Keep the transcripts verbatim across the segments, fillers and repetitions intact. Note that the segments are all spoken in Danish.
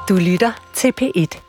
Du lytter til P et.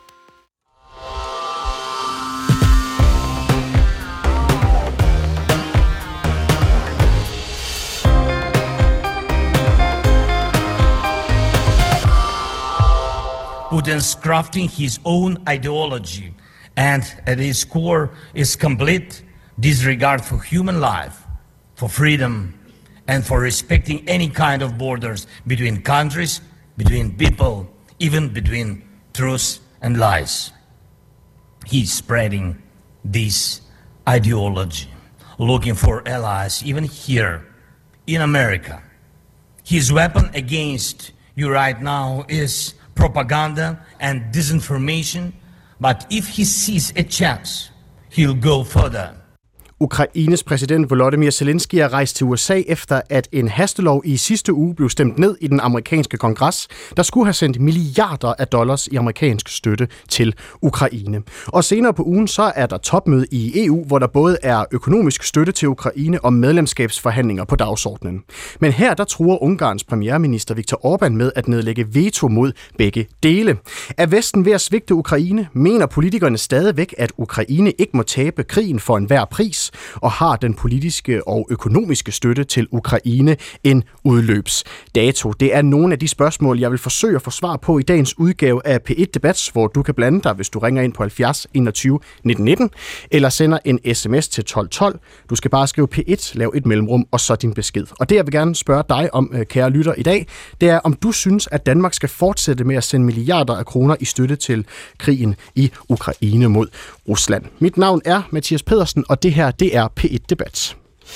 Putin's crafting his own ideology, and at its core is complete disregard for human life, for freedom, and for respecting any kind of borders between countries, between people, even between truth and lies. He's spreading this ideology, looking for allies even here in America. His weapon against you right now is propaganda and disinformation, but if he sees a chance, he'll go further. Ukraines præsident Volodymyr Zelensky er rejst til U S A efter, at en hastelov i sidste uge blev stemt ned i den amerikanske kongres, der skulle have sendt milliarder af dollars i amerikansk støtte til Ukraine. Og senere på ugen så er der topmøde i E U, hvor der både er økonomisk støtte til Ukraine og medlemskabsforhandlinger på dagsordenen. Men her der truer Ungarns premierminister Viktor Orbán med at nedlægge veto mod begge dele. Er Vesten ved at svigte Ukraine? Mener politikerne stadigvæk, at Ukraine ikke må tabe krigen for enhver pris? Og har den politiske og økonomiske støtte til Ukraine en udløbsdato? Det er nogle af de spørgsmål, jeg vil forsøge at få svar på i dagens udgave af P et Debat, hvor du kan blande dig, hvis du ringer ind på halvfjerds enogtyve nitten nitten, eller sender en sms til tolv tolv. Du skal bare skrive P et, lav et mellemrum, og så din besked. Og det, jeg vil gerne spørge dig om, kære lytter, i dag, det er, om du synes, at Danmark skal fortsætte med at sende milliarder af kroner i støtte til krigen i Ukraine mod Rusland. Mit navn er Mathias Pedersen, og det her det er P et Debat.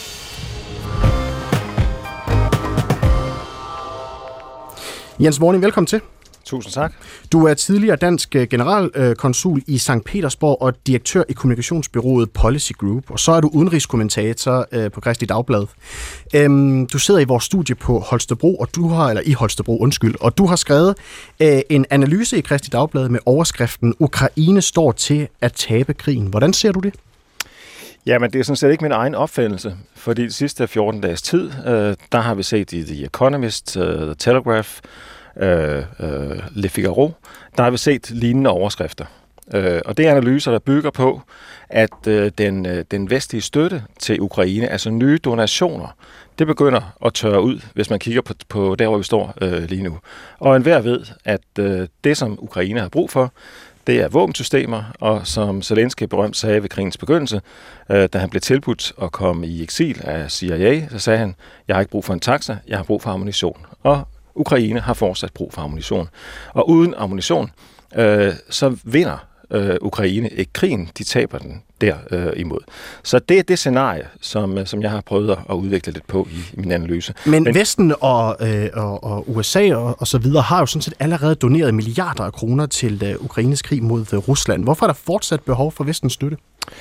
Jens Worning, velkommen til. Tusind tak. Du er tidligere dansk generalkonsul i Sankt Petersborg og direktør i kommunikationsbureauet Policy Group, og så er du udenrigskommentator på Kristeligt Dagblad. Du sidder i vores studie på Holstebro, og du har, eller i Holstebro, undskyld, og du har skrevet en analyse i Kristeligt Dagblad med overskriften Ukraine står til at tabe krigen. Hvordan ser du det? Jamen, det er sådan set ikke min egen opfattelse, fordi de sidste fjorten dages tid, øh, der har vi set i The Economist, uh, The Telegraph, øh, øh, Le Figaro, der har vi set lignende overskrifter. Øh, og det er analyser, der bygger på, at øh, den, øh, den vestlige støtte til Ukraine, altså nye donationer, det begynder at tørre ud, hvis man kigger på, på der, hvor vi står øh, lige nu. Og enhver ved, at øh, det, som Ukraine har brug for, det er våbensystemer, og som Zelensky berømt sagde ved krigens begyndelse, øh, da han blev tilbudt at komme i eksil af C I A, så sagde han, jeg har ikke brug for en taxa, jeg har brug for ammunition. Og Ukraine har fortsat brug for ammunition. Og uden ammunition, øh, så vinder øh, Ukraine ikke krigen, de taber den der øh, imod. Så det er det scenarie, som, som jeg har prøvet at udvikle lidt på i, i min analyse. Men, Men Vesten og, øh, og, og U S A og, og så videre har jo sådan set allerede doneret milliarder af kroner til øh, Ukraines krig mod øh, Rusland. Hvorfor er der fortsat behov for Vestens støtte?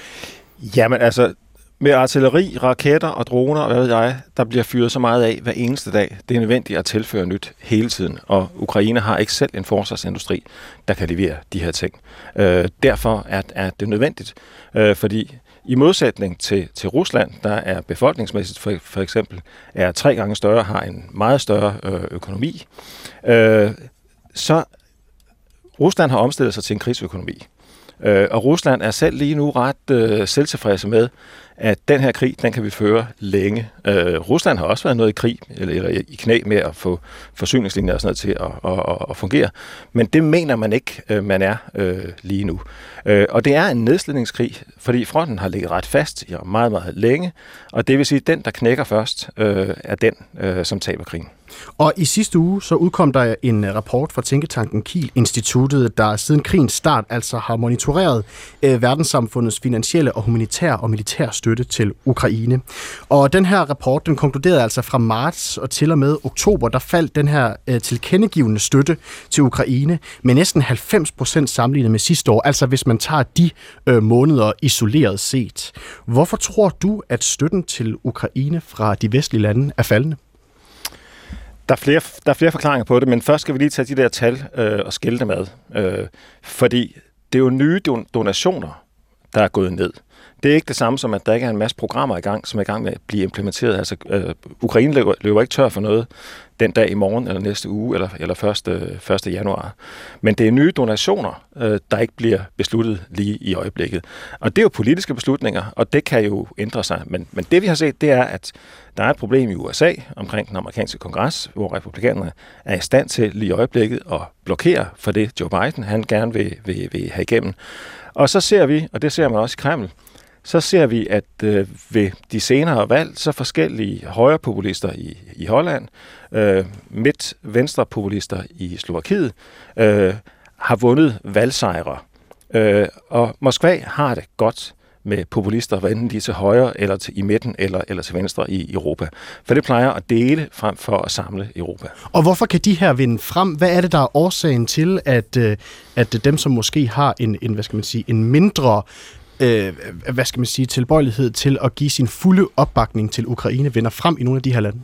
Jamen altså, med artilleri, raketter og droner, og hvad ved jeg, der bliver fyret så meget af hver eneste dag. Det er nødvendigt at tilføre nyt hele tiden, og Ukraine har ikke selv en forsvarsindustri, der kan levere de her ting. Øh, derfor er, er det nødvendigt, øh, fordi i modsætning til, til Rusland, der er befolkningsmæssigt for, for eksempel er tre gange større, har en meget større øh, økonomi, øh, så Rusland har omstillet sig til en krigsøkonomi. Øh, og Rusland er selv lige nu ret øh, selvtilfredse med, at den her krig, den kan vi føre længe. Øh, Rusland har også været noget i krig, eller, eller i knæ med at få forsyningslinjer og sådan noget til at, at, at, at fungere. Men det mener man ikke, øh, man er øh, lige nu. Øh, og det er en nedslidningskrig, fordi fronten har ligget ret fast i meget, meget længe. Og det vil sige, at den, der knækker først, øh, er den, øh, som taber krigen. Og i sidste uge så udkom der en rapport fra tænketanken Kiel-instituttet, der siden krigens start altså har monitoreret øh, verdenssamfundets finansielle og humanitære og militære støtte til Ukraine. Og den her rapport, den konkluderede altså fra marts og til og med oktober, der faldt den her øh, tilkendegivende støtte til Ukraine med næsten halvfems procent sammenlignet med sidste år, altså hvis man tager de øh, måneder isoleret set. Hvorfor tror du, at støtten til Ukraine fra de vestlige lande er faldende? Der er, flere, der er flere forklaringer på det, men først skal vi lige tage de der tal øh, og skille dem ad. Øh, fordi det er jo nye donationer, der er gået ned. Det er ikke det samme som, at der ikke er en masse programmer i gang, som er i gang med at blive implementeret. Altså, øh, Ukraine løber, løber ikke tør for noget. den dag i morgen, eller næste uge, eller, eller første januar. Men det er nye donationer, øh, der ikke bliver besluttet lige i øjeblikket. Og det er jo politiske beslutninger, og det kan jo ændre sig. Men, men det vi har set, det er, at der er et problem i U S A omkring den amerikanske kongres, hvor republikanerne er i stand til lige i øjeblikket at blokere for det, Joe Biden han gerne vil, vil, vil have igennem. Og så ser vi, og det ser man også i Kreml, så ser vi, at øh, ved de senere valg, så forskellige højrepopulister i, i Holland, øh, midt-venstrepopulister i Slovakiet, øh, har vundet valgsejre. Øh, og Moskva har det godt med populister, hvad enten de er til højre, eller til i midten, eller, eller til venstre i Europa. For det plejer at dele frem for at samle Europa. Og hvorfor kan de her vinde frem? Hvad er det, der er årsagen til, at, at dem, som måske har en, en, hvad skal man sige, en mindre øh, hvad skal man sige, tilbøjelighed til at give sin fulde opbakning til Ukraine, vinder frem i nogle af de her lande?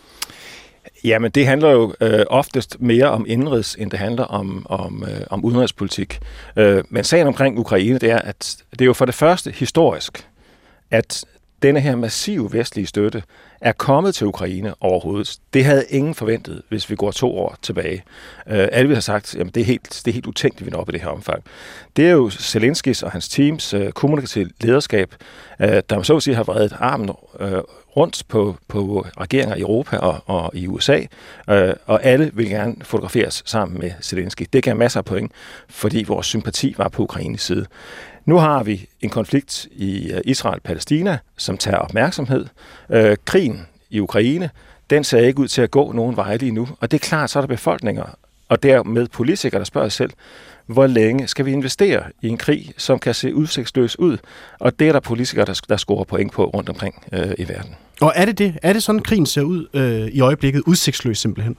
Jamen, det handler jo øh, oftest mere om indenrigs, end det handler om, om, øh, om udenrigspolitik. Øh, men sagen omkring Ukraine, det er, at det er jo for det første historisk, at denne her massive vestlige støtte er kommet til Ukraine overhovedet. Det havde ingen forventet, hvis vi går to år tilbage. Øh, alle har sagt, at det er helt, det er helt utænkeligt, vi når op i det her omfang. Det er jo Zelenskis og hans teams øh, kommunikative lederskab, øh, der så at sige har vredet armen øh, rundt på, på regeringer i Europa og, og i U S A, øh, og alle vil gerne fotograferes sammen med Zelensky. Det gav masser af point, fordi vores sympati var på Ukraines side. Nu har vi en konflikt i Israel-Palæstina, som tager opmærksomhed. Øh, krigen i Ukraine, den ser ikke ud til at gå nogen vej lige nu, og det er klart, så er der befolkninger, og dermed politikere, der spørger sig selv, hvor længe skal vi investere i en krig, som kan se udsigtsløs ud? Og det er der politikere, der, der scorer point på rundt omkring øh, i verden. Og er det det? Er det sådan, krigen ser ud øh, i øjeblikket? Udsigtsløs simpelthen?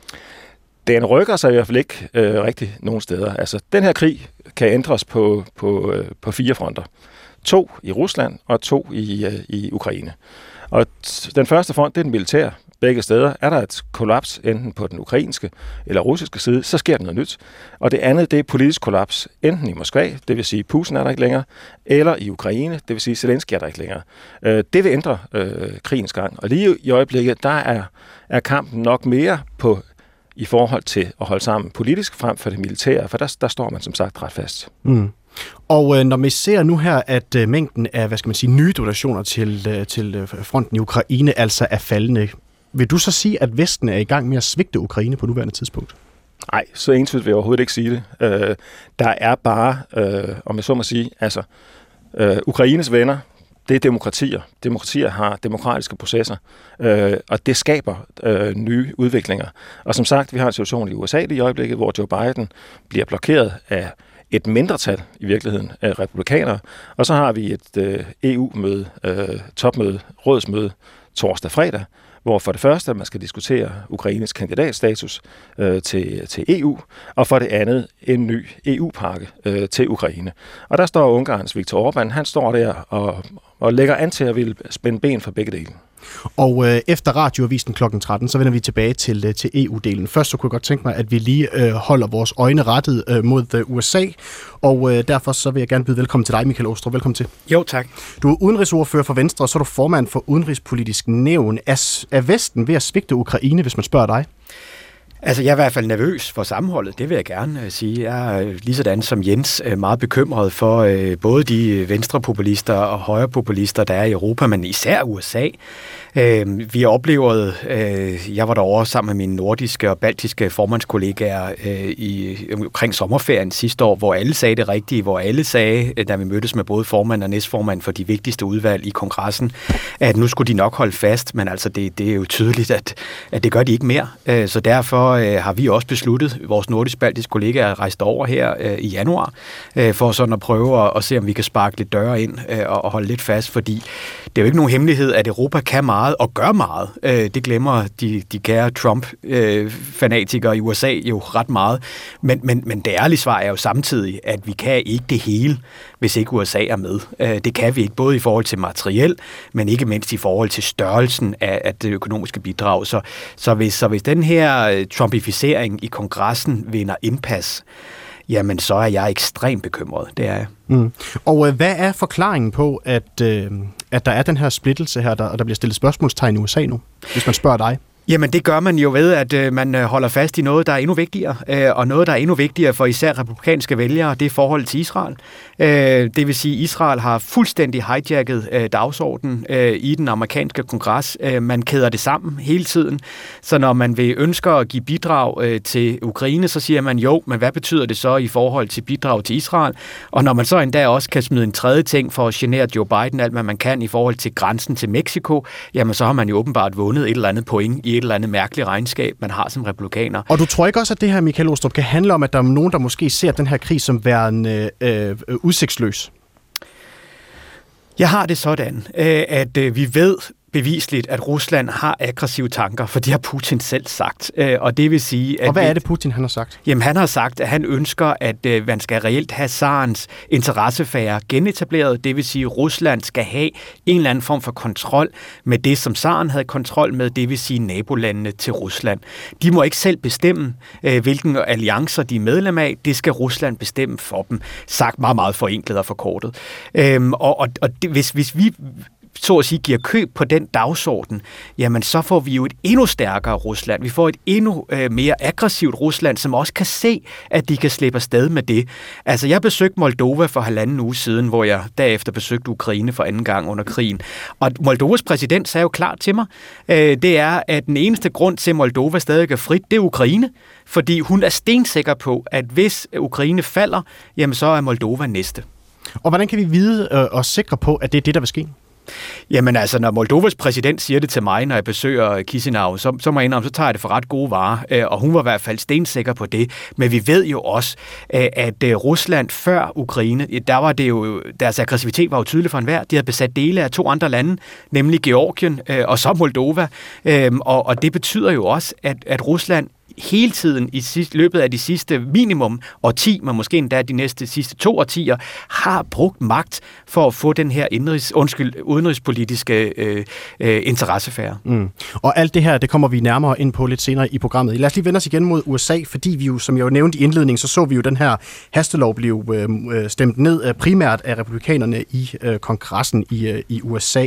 Den rykker sig i hvert fald ikke øh, rigtig nogen steder. Altså, den her krig kan ændres på, på, øh, på fire fronter. To i Rusland og to i, øh, i Ukraine. Og den første front, det er den militære. Begge steder er der et kollaps, enten på den ukrainske eller russiske side, så sker der noget nyt. Og det andet, det er politisk kollaps, enten i Moskva, det vil sige Putin er der ikke længere, eller i Ukraine, det vil sige Zelensky er der ikke længere. Det vil ændre øh, krigens gang. Og lige i øjeblikket, der er, er kampen nok mere på i forhold til at holde sammen politisk frem for det militære, for der, der står man som sagt ret fast. Mm. Og øh, når vi ser nu her, at øh, mængden af, hvad skal man sige, nye donationer til, øh, til øh, fronten i Ukraine altså er faldende, vil du så sige, at Vesten er i gang med at svigte Ukraine på nuværende tidspunkt? Nej, så entydigt vil jeg overhovedet ikke sige det. Øh, der er bare, øh, om jeg så må sige, altså øh, Ukraines venner, det er demokratier. Demokratier har demokratiske processer, øh, og det skaber øh, nye udviklinger. Og som sagt, vi har en situation i U S A i øjeblikket, hvor Joe Biden bliver blokeret af et mindretal i virkeligheden af republikanere, og så har vi et øh, E U-møde, øh, topmøde, rådsmøde torsdag fredag, hvor for det første, man skal diskutere Ukraines kandidatstatus øh, til, til E U, og for det andet en ny E U-pakke øh, til Ukraine. Og der står Ungarns Viktor Orbán, han står der og, og lægger an til at ville spænde ben for begge dele. Og øh, efter radioavisen klokken tretten, så vender vi tilbage til, øh, til E U-delen. Først så kunne jeg godt tænke mig, at vi lige øh, holder vores øjne rettet øh, mod øh, U S A, og øh, derfor så vil jeg gerne byde velkommen til dig, Michael Aastrup. Velkommen til. Jo, tak. Du er udenrigsordfører for Venstre, og så er du formand for Udenrigspolitisk Nævn. Er, er Vesten ved at svigte Ukraine, hvis man spørger dig? Altså, jeg er i hvert fald nervøs for sammenholdet, det vil jeg gerne uh, sige. Jeg er uh, ligesådan som Jens uh, meget bekymret for uh, både de venstrepopulister og højrepopulister, der er i Europa, men især U S A. Uh, vi oplevede, uh, jeg var derovre sammen med mine nordiske og baltiske formandskollegaer uh, i, omkring sommerferien sidste år, hvor alle sagde det rigtige, hvor alle sagde, da vi mødtes med både formand og næstformand for de vigtigste udvalg i kongressen, at nu skulle de nok holde fast, men altså det, det er jo tydeligt, at, at det gør de ikke mere. Uh, så derfor har vi også besluttet, vores nordisk-baltiske kollegaer er rejst over her øh, i januar, øh, for sådan at prøve at, at se, om vi kan sparke lidt døre ind øh, og, og holde lidt fast, fordi det er jo ikke nogen hemmelighed, at Europa kan meget og gør meget. Øh, det glemmer de, de kære Trump-fanatikere øh, i U S A jo ret meget. Men, men, men det ærlige svar er jo samtidig, at vi kan ikke det hele, hvis ikke U S A er med. Øh, det kan vi ikke, både i forhold til materiel, men ikke mindst i forhold til størrelsen af, af det økonomiske bidrag. Så, så, hvis, så hvis den her trumpificering i kongressen vinder indpas, jamen så er jeg ekstremt bekymret. Det er jeg. Mm. Og øh, hvad er forklaringen på, at, øh, at der er den her splittelse her, der, og der bliver stillet spørgsmålstegn i U S A nu, hvis man spørger dig? Jamen det gør man jo ved, at øh, man holder fast i noget, der er endnu vigtigere, øh, og noget, der er endnu vigtigere for især republikanske vælgere, det er forholdet til Israel. Øh, det vil sige, at Israel har fuldstændig hijacket øh, dagsordenen øh, i den amerikanske kongres. Øh, man kæder det sammen hele tiden, så når man vil ønsker at give bidrag øh, til Ukraine, så siger man jo, men hvad betyder det så i forhold til bidrag til Israel? Og når man så endda også kan smide en tredje ting for at genere Joe Biden, alt hvad man kan i forhold til grænsen til Mexico, jamen så har man jo åbenbart vundet et eller andet point i et eller andet mærkeligt regnskab, man har som republikaner. Og du tror ikke også, at det her, Michael Aastrup, kan handle om, at der er nogen, der måske ser den her krig som værende øh, udsigtsløs? Jeg har det sådan, øh, at øh, vi ved bevisligt, at Rusland har aggressive tanker, for det har Putin selv sagt. Øh, og det vil sige, at og hvad er det, Putin han har sagt? Jamen, han har sagt, at han ønsker, at øh, man skal reelt have zarens interessesfære genetableret. Det vil sige, at Rusland skal have en eller anden form for kontrol med det, som zaren havde kontrol med, det vil sige nabolandene til Rusland. De må ikke selv bestemme, øh, hvilken alliancer de er medlem af. Det skal Rusland bestemme for dem. Sagt meget, meget forenklet og forkortet. Øhm, og og, og det, hvis, hvis vi så at sige, giver køb på den dagsorden, jamen så får vi jo et endnu stærkere Rusland. Vi får et endnu øh, mere aggressivt Rusland, som også kan se, at de kan slippe afsted med det. Altså, jeg besøgte Moldova for halvanden uge siden, hvor jeg derefter besøgte Ukraine for anden gang under krigen. Og Moldovas præsident sagde jo klart til mig, øh, det er, at den eneste grund til, at Moldova stadig er frit, det er Ukraine. Fordi hun er stensikker på, at hvis Ukraine falder, jamen så er Moldova næste. Og hvordan kan vi vide øh, og sikre på, at det er det, der vil ske? Jamen altså, når Moldovas præsident siger det til mig, når jeg besøger Chisinau, så, så må jeg indrømme, så tager jeg det for ret gode varer, og hun var i hvert fald stensikker på det. Men vi ved jo også, at Rusland før Ukraine, der var det jo, deres aggressivitet var jo tydelig for enhver. De havde besat dele af to andre lande, nemlig Georgien og så Moldova, og, og det betyder jo også, at, at Rusland hele tiden i sidste, løbet af de sidste minimum årti, men måske endda de næste sidste to årtier, har brugt magt for at få den her indrigs, undskyld, udenrigspolitiske øh, øh, interessesfære. Mm. Og alt det her, det kommer vi nærmere ind på lidt senere i programmet. Lad os lige vende os igen mod U S A, fordi vi jo, som jeg jo nævnte i indledningen, så så vi jo den her hastelov blive øh, stemt ned øh, primært af republikanerne i øh, kongressen i, øh, i U S A.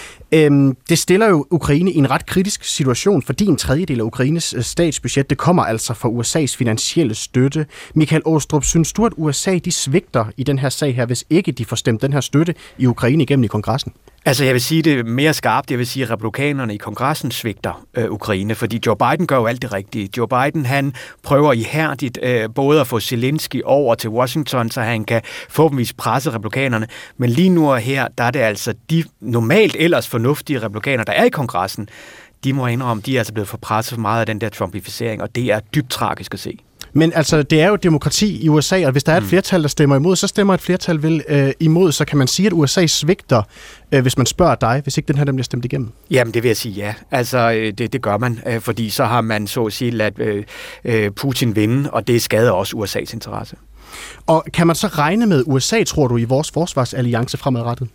Øhm, det stiller jo Ukraine i en ret kritisk situation, fordi en tredjedel af Ukraines statsbudget, det kommer altså fra U S A's finansielle støtte. Michael Aastrup, synes du, at U S A de svigter i den her sag her, hvis ikke de får stemt den her støtte i Ukraine igennem i kongressen? Altså, jeg vil sige det mere skarpt. Jeg vil sige, at republikanerne i kongressen svigter øh, Ukraine, fordi Joe Biden gør jo alt det rigtige. Joe Biden, han prøver ihærdigt øh, både at få Zelensky over til Washington, så han kan forhåbentligvis presse republikanerne. Men lige nu og her, der er det altså de normalt ellers fornuftige republikanere, der er i kongressen, de må indrømme, de er altså blevet for presset for meget af den der trumpificering, og det er dybt tragisk at se. Men altså, det er jo demokrati i U S A, og hvis der er et flertal, der stemmer imod, så stemmer et flertal vel øh, imod, så kan man sige, at U S A svigter, øh, hvis man spørger dig, hvis ikke den her den bliver stemt igennem? Jamen, det vil jeg sige ja. Altså, det, det gør man, øh, fordi så har man så at sige ladt øh, øh, Putin vinde, og det skader også U S A's interesse. Og kan man så regne med U S A, tror du, i vores forsvarsalliance fremadrettet?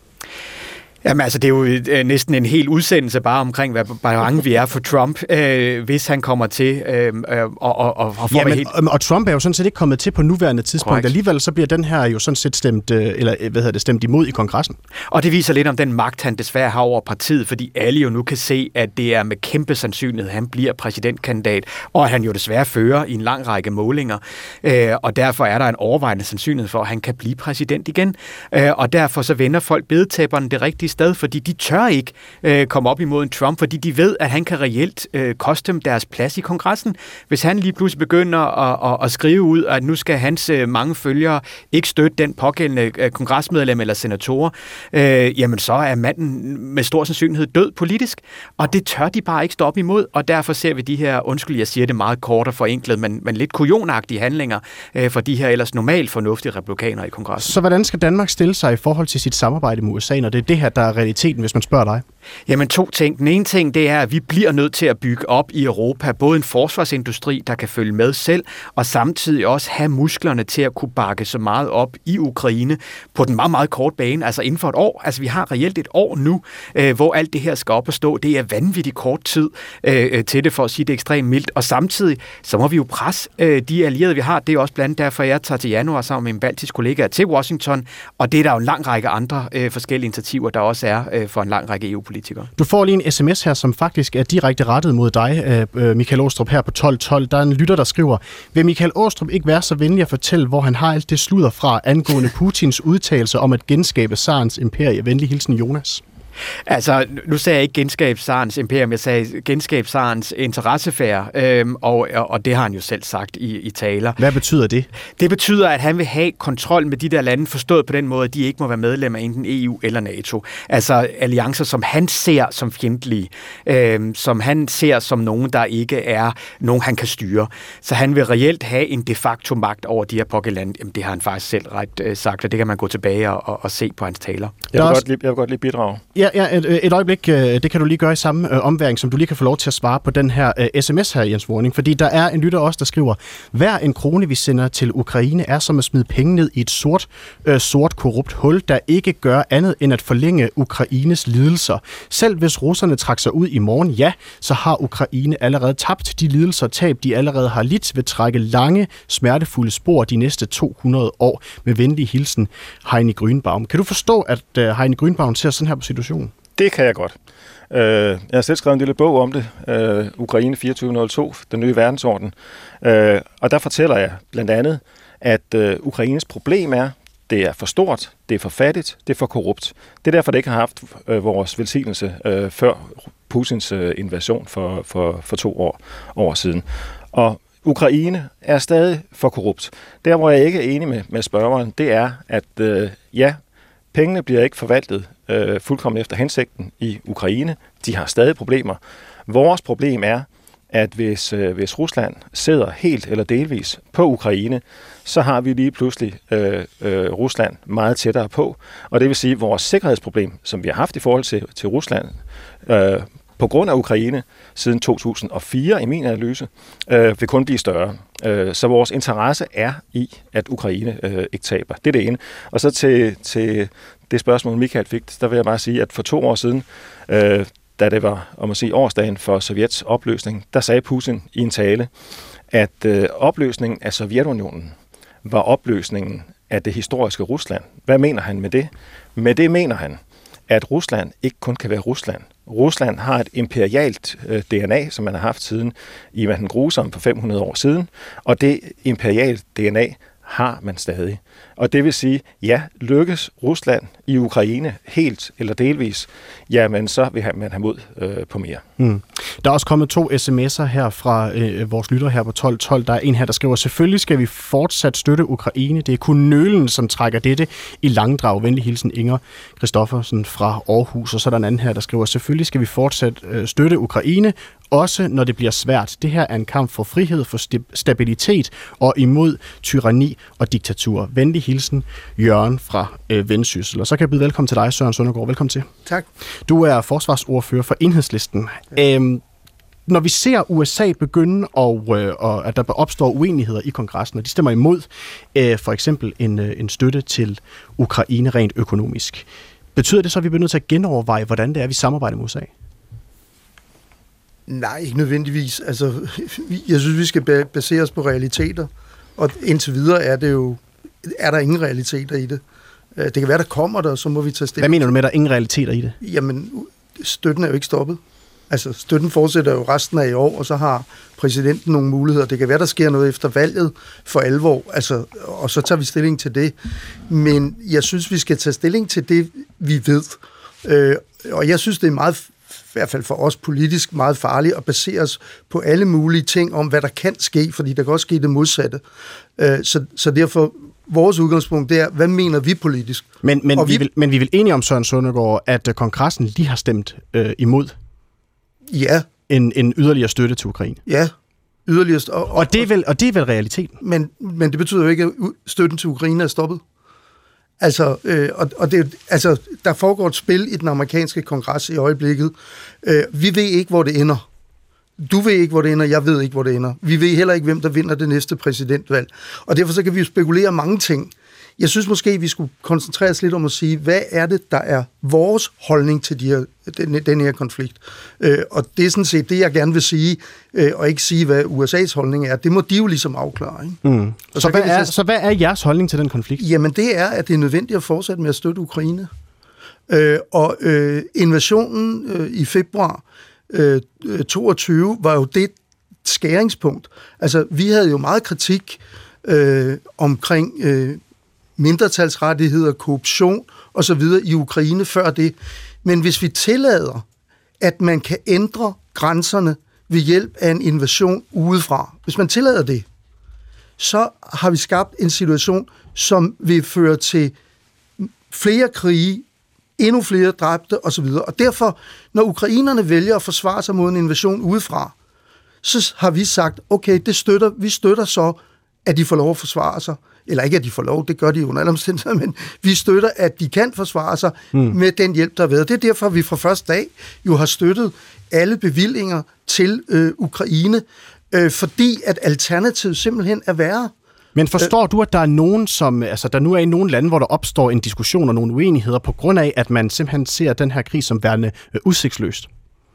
Jamen altså, det er jo øh, næsten en hel udsendelse bare omkring, hvad bange vi er for Trump, øh, hvis han kommer til øh, og, og, og, og ja, men, helt... og Trump er jo sådan set ikke kommet til på nuværende tidspunkt. Correct. Alligevel så bliver den her jo sådan set stemt, eller hvad hedder det, stemt imod i kongressen. Og det viser lidt om den magt, han desværre har over partiet, fordi alle jo nu kan se, at det er med kæmpe sandsynlighed, han bliver præsidentkandidat, og at han jo desværre fører i en lang række målinger. Øh, og derfor er der en overvejende sandsynlighed for, at han kan blive præsident igen. Øh, og derfor så vender folk bedetæpperne det rigtige sted, fordi de tør ikke øh, komme op imod en Trump, fordi de ved, at han kan reelt øh, koste dem deres plads i kongressen. Hvis han lige pludselig begynder at, at, at skrive ud, at nu skal hans øh, mange følgere ikke støtte den pågældende øh, kongresmedlem eller senatorer, øh, jamen så er manden med stor sandsynlighed død politisk, og det tør de bare ikke stå op imod, og derfor ser vi de her, undskyld, jeg siger det meget kort og forenklet, men, men lidt kujonagtige handlinger øh, for de her ellers normalt fornuftige republikanere i kongressen. Så hvordan skal Danmark stille sig i forhold til sit samarbejde med U S A, når det er det her, der er realiteten, hvis man spørger dig? Jamen to ting. Den ene ting, det er, at vi bliver nødt til at bygge op i Europa både en forsvarsindustri, der kan følge med selv, og samtidig også have musklerne til at kunne bakke så meget op i Ukraine på den meget, meget kort bane, altså inden for et år. Altså vi har reelt et år nu, øh, hvor alt det her skal op og stå. Det er vanvittigt kort tid øh, til det, for at sige det ekstremt mildt. Og samtidig, så må vi jo presse øh, de allierede, vi har. Det er også blandt derfor, jeg tager til januar sammen med en baltisk kollega til Washington, og det er der jo en lang række andre øh, forskellige initiativer, der også er øh, for en lang række E U-politikere. politikere. Du får lige en sms her, som faktisk er direkte rettet mod dig, Michael Aastrup, her på tolv tolv. Der er en lytter, der skriver: Vil Michael Aastrup ikke være så venlig at fortælle, hvor han har alt det sludder fra angående Putins udtalelse om at genskabe Tsarens imperie? Venlig hilsen, Jonas. Altså, nu sagde jeg ikke genskab Tsarens imperium, jeg sagde genskab Tsarens interessefære, øhm, og, og det har han jo selv sagt i, i taler. Hvad betyder det? Det betyder, at han vil have kontrol med de der lande, forstået på den måde, at de ikke må være medlemmer af enten E U eller NATO. Altså alliancer, som han ser som fjendtlige, øhm, som han ser som nogen, der ikke er nogen, han kan styre. Så han vil reelt have en de facto magt over de her pågældende lande. Jamen, det har han faktisk selv ret øh, sagt, og det kan man gå tilbage og, og, og se på hans taler. Jeg vil, også... godt, lige, jeg vil godt lige bidrage. Ja, ja et, et øjeblik. Det kan du lige gøre i samme øh, omværing, som du lige kan få lov til at svare på den her øh, sms her, Jens Worning. Fordi der er en lytter også, der skriver: Hver en krone, vi sender til Ukraine, er som at smide penge ned i et sort, øh, sort korrupt hul, der ikke gør andet end at forlænge Ukraines lidelser. Selv hvis russerne trækker sig ud i morgen, ja, så har Ukraine allerede tabt. De lidelser og tab, de allerede har lidt, vil trække lange, smertefulde spor de næste to hundrede år. Med venlig hilsen, Heini Grünbaum. Kan du forstå, at øh, Heini Grünbaum ser sådan her på situationen? Det kan jeg godt. Jeg har selv skrevet en lille bog om det, Ukraine fireogtyve nul to, den nye verdensorden. Og der fortæller jeg blandt andet, at Ukraines problem er, det er for stort, det er for fattigt, det er for korrupt. Det er derfor, det ikke har haft vores velsignelse før Putins invasion for, for, for to år, år siden. Og Ukraine er stadig for korrupt. Der, hvor jeg ikke er enig med, med spørgeren, det er, at ja, pengene bliver ikke forvaltet øh, fuldkommen efter hensigten i Ukraine. De har stadig problemer. Vores problem er, at hvis, øh, hvis Rusland sidder helt eller delvis på Ukraine, så har vi lige pludselig øh, øh, Rusland meget tættere på. Og det vil sige, at vores sikkerhedsproblem, som vi har haft i forhold til, til Rusland, øh, på grund af Ukraine siden to tusind og fire, i min analyse, øh, vil kun blive større. Øh, så vores interesse er i, at Ukraine øh, ikke taber. Det er det ene. Og så til, til det spørgsmål, Michael fik, der vil jeg bare sige, at for to år siden, øh, da det var, om at sige, årsdagen for Sovjets opløsning, der sagde Putin i en tale, at øh, opløsningen af Sovjetunionen var opløsningen af det historiske Rusland. Hvad mener han med det? Med det mener han, at Rusland ikke kun kan være Rusland. Rusland har et imperialt øh, D N A, som man har haft siden Ivan Grusom for fem hundrede år siden, og det imperialt D N A har man stadig. Og det vil sige, ja, lykkes Rusland i Ukraine helt eller delvis, jamen så vil man have mod øh, på mere. Mm. Der er også kommet to sms'er her fra øh, vores lytter her på tolv tolv. Der er en her, der skriver: Selvfølgelig skal vi fortsat støtte Ukraine. Det er kun nølen, som trækker dette i langdrag. Venlig hilsen, Inger Christoffersen fra Aarhus. Og så er der en anden her, der skriver: Selvfølgelig skal vi fortsat øh, støtte Ukraine, også når det bliver svært. Det her er en kamp for frihed, for stabilitet og imod tyranni og diktatur. Venlig hilsen, Jørgen fra øh, Vendsyssel. Og så kan jeg byde velkommen til dig, Søren Søndergaard. Velkommen til. Tak. Du er forsvarsordfører for Enhedslisten. Ja. Æm, når vi ser U S A begynde, og, øh, og at der opstår uenigheder i kongressen, og de stemmer imod øh, for eksempel en, øh, en støtte til Ukraine rent økonomisk, betyder det så, at vi bliver nødt til at genoverveje, hvordan det er, vi samarbejder med U S A? Nej, ikke nødvendigvis. Altså, jeg synes, vi skal basere os på realiteter, og indtil videre er det jo, er der ingen realiteter i det. Det kan være, der kommer der, så må vi tage stilling. Hvad mener du med, at der er ingen realiteter i det? Jamen, støtten er jo ikke stoppet. Altså, støtten fortsætter jo resten af i år, og så har præsidenten nogle muligheder. Det kan være, der sker noget efter valget for alvor, altså, og så tager vi stilling til det. Men jeg synes, vi skal tage stilling til det, vi ved. Øh, og jeg synes, det er meget, i hvert fald for os politisk, meget farligt at basere os på alle mulige ting om, hvad der kan ske, fordi der kan også ske det modsatte. Øh, så, så derfor, vores udgangspunkt, det er, hvad mener vi politisk? Men, men, og vi, vi, vil, men vi vil enige om, Søren Søndergaard, at kongressen lige har stemt øh, imod ja. en, en yderligere støtte til Ukraine. Ja, yderligere. Og, og, og, det er vel, og det er vel realiteten? Men, men det betyder jo ikke, at støtten til Ukraine er stoppet. Altså, øh, og, og det, altså, der foregår et spil i den amerikanske kongres i øjeblikket. Øh, vi ved ikke, hvor det ender. Du ved ikke, hvor det ender. Jeg ved ikke, hvor det ender. Vi ved heller ikke, hvem der vinder det næste præsidentvalg. Og derfor så kan vi jo spekulere mange ting. Jeg synes måske, vi skulle koncentrere os lidt om at sige, hvad er det, der er vores holdning til de her, den, den her konflikt? Øh, og det er sådan set det, jeg gerne vil sige, øh, og ikke sige, hvad U S A's holdning er. Det må de jo ligesom afklare. Ikke? Mm. Så, så, hvad er, så... så hvad er jeres holdning til den konflikt? Jamen det er, at det er nødvendigt at fortsætte med at støtte Ukraine. Øh, og øh, invasionen øh, i februar øh, toogtyve var jo det skæringspunkt. Altså, vi havde jo meget kritik øh, omkring øh, mindretalsrettigheder, korruption osv. i Ukraine før det. Men hvis vi tillader, at man kan ændre grænserne ved hjælp af en invasion udefra, hvis man tillader det, så har vi skabt en situation, som vil føre til flere krige, endnu flere dræbte osv. Og derfor, når ukrainerne vælger at forsvare sig mod en invasion udefra, så har vi sagt, okay, det støtter, vi støtter så, at de får lov at forsvare sig. Eller ikke, at de får lov, det gør de under alle omstændigheder, men vi støtter, at de kan forsvare sig mm. med den hjælp, der har været. Det er derfor, vi fra første dag jo har støttet alle bevillinger til øh, Ukraine, øh, fordi at alternativet simpelthen er værre. Men forstår du, at der er nogen, som, altså der nu er i nogle lande, hvor der opstår en diskussion og nogle uenigheder på grund af, at man simpelthen ser den her krig som værende øh, udsigtsløst?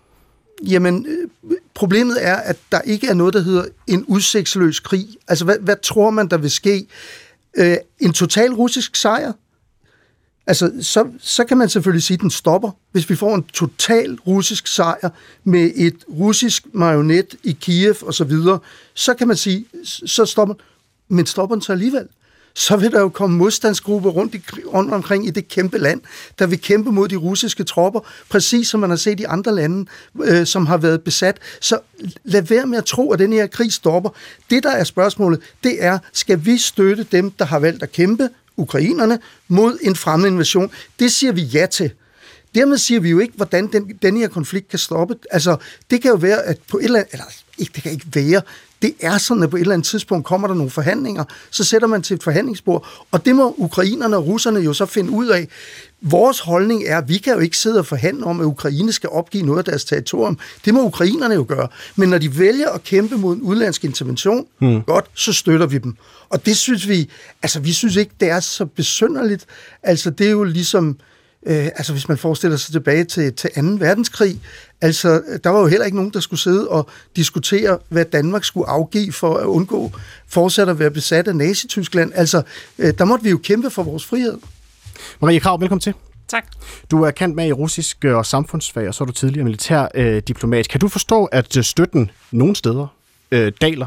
Jamen, øh, problemet er, at der ikke er noget, der hedder en udsigtsløs krig. Altså, hvad, hvad tror man, der vil ske? Øh, en total russisk sejr? Altså, så, så kan man selvfølgelig sige, at den stopper. Hvis vi får en total russisk sejr med et russisk marionet i Kiev og så videre, så kan man sige, så stopper men stopper den så alligevel. Så vil der jo komme modstandsgrupper rundt, i, rundt omkring i det kæmpe land, der vil kæmpe mod de russiske tropper, præcis som man har set i andre lande, øh, som har været besat. Så lad være med at tro, at den her krig stopper. Det, der er spørgsmålet, det er, skal vi støtte dem, der har valgt at kæmpe, ukrainerne, mod en fremmed invasion? Det siger vi ja til. Dermed siger vi jo ikke, hvordan den, den her konflikt kan stoppe. Altså, det kan jo være, at på et eller andet, eller ikke, det kan ikke være, det er sådan, at på et eller andet tidspunkt kommer der nogle forhandlinger, så sætter man til et forhandlingsbord, og det må ukrainerne og russerne jo så finde ud af. Vores holdning er, at vi kan jo ikke sidde og forhandle om, at Ukraine skal opgive noget af deres territorium. Det må ukrainerne jo gøre. Men når de vælger at kæmpe mod en udenlandsk intervention, hmm. godt, så støtter vi dem. Og det synes vi, altså vi synes ikke, det er så besynderligt. Altså det er jo ligesom, øh, altså hvis man forestiller sig tilbage til, til anden verdenskrig, altså der var jo heller ikke nogen, der skulle sidde og diskutere, hvad Danmark skulle afgive for at undgå fortsat at være besat af Nazi-Tyskland. Altså øh, der måtte vi jo kæmpe for vores frihed. Marie Krarup, velkommen til. Tak. Du er kendt med i russisk og samfundsfag, og så er du tidligere militær øh, diplomat. Kan du forstå, at støtten nogle steder øh, daler?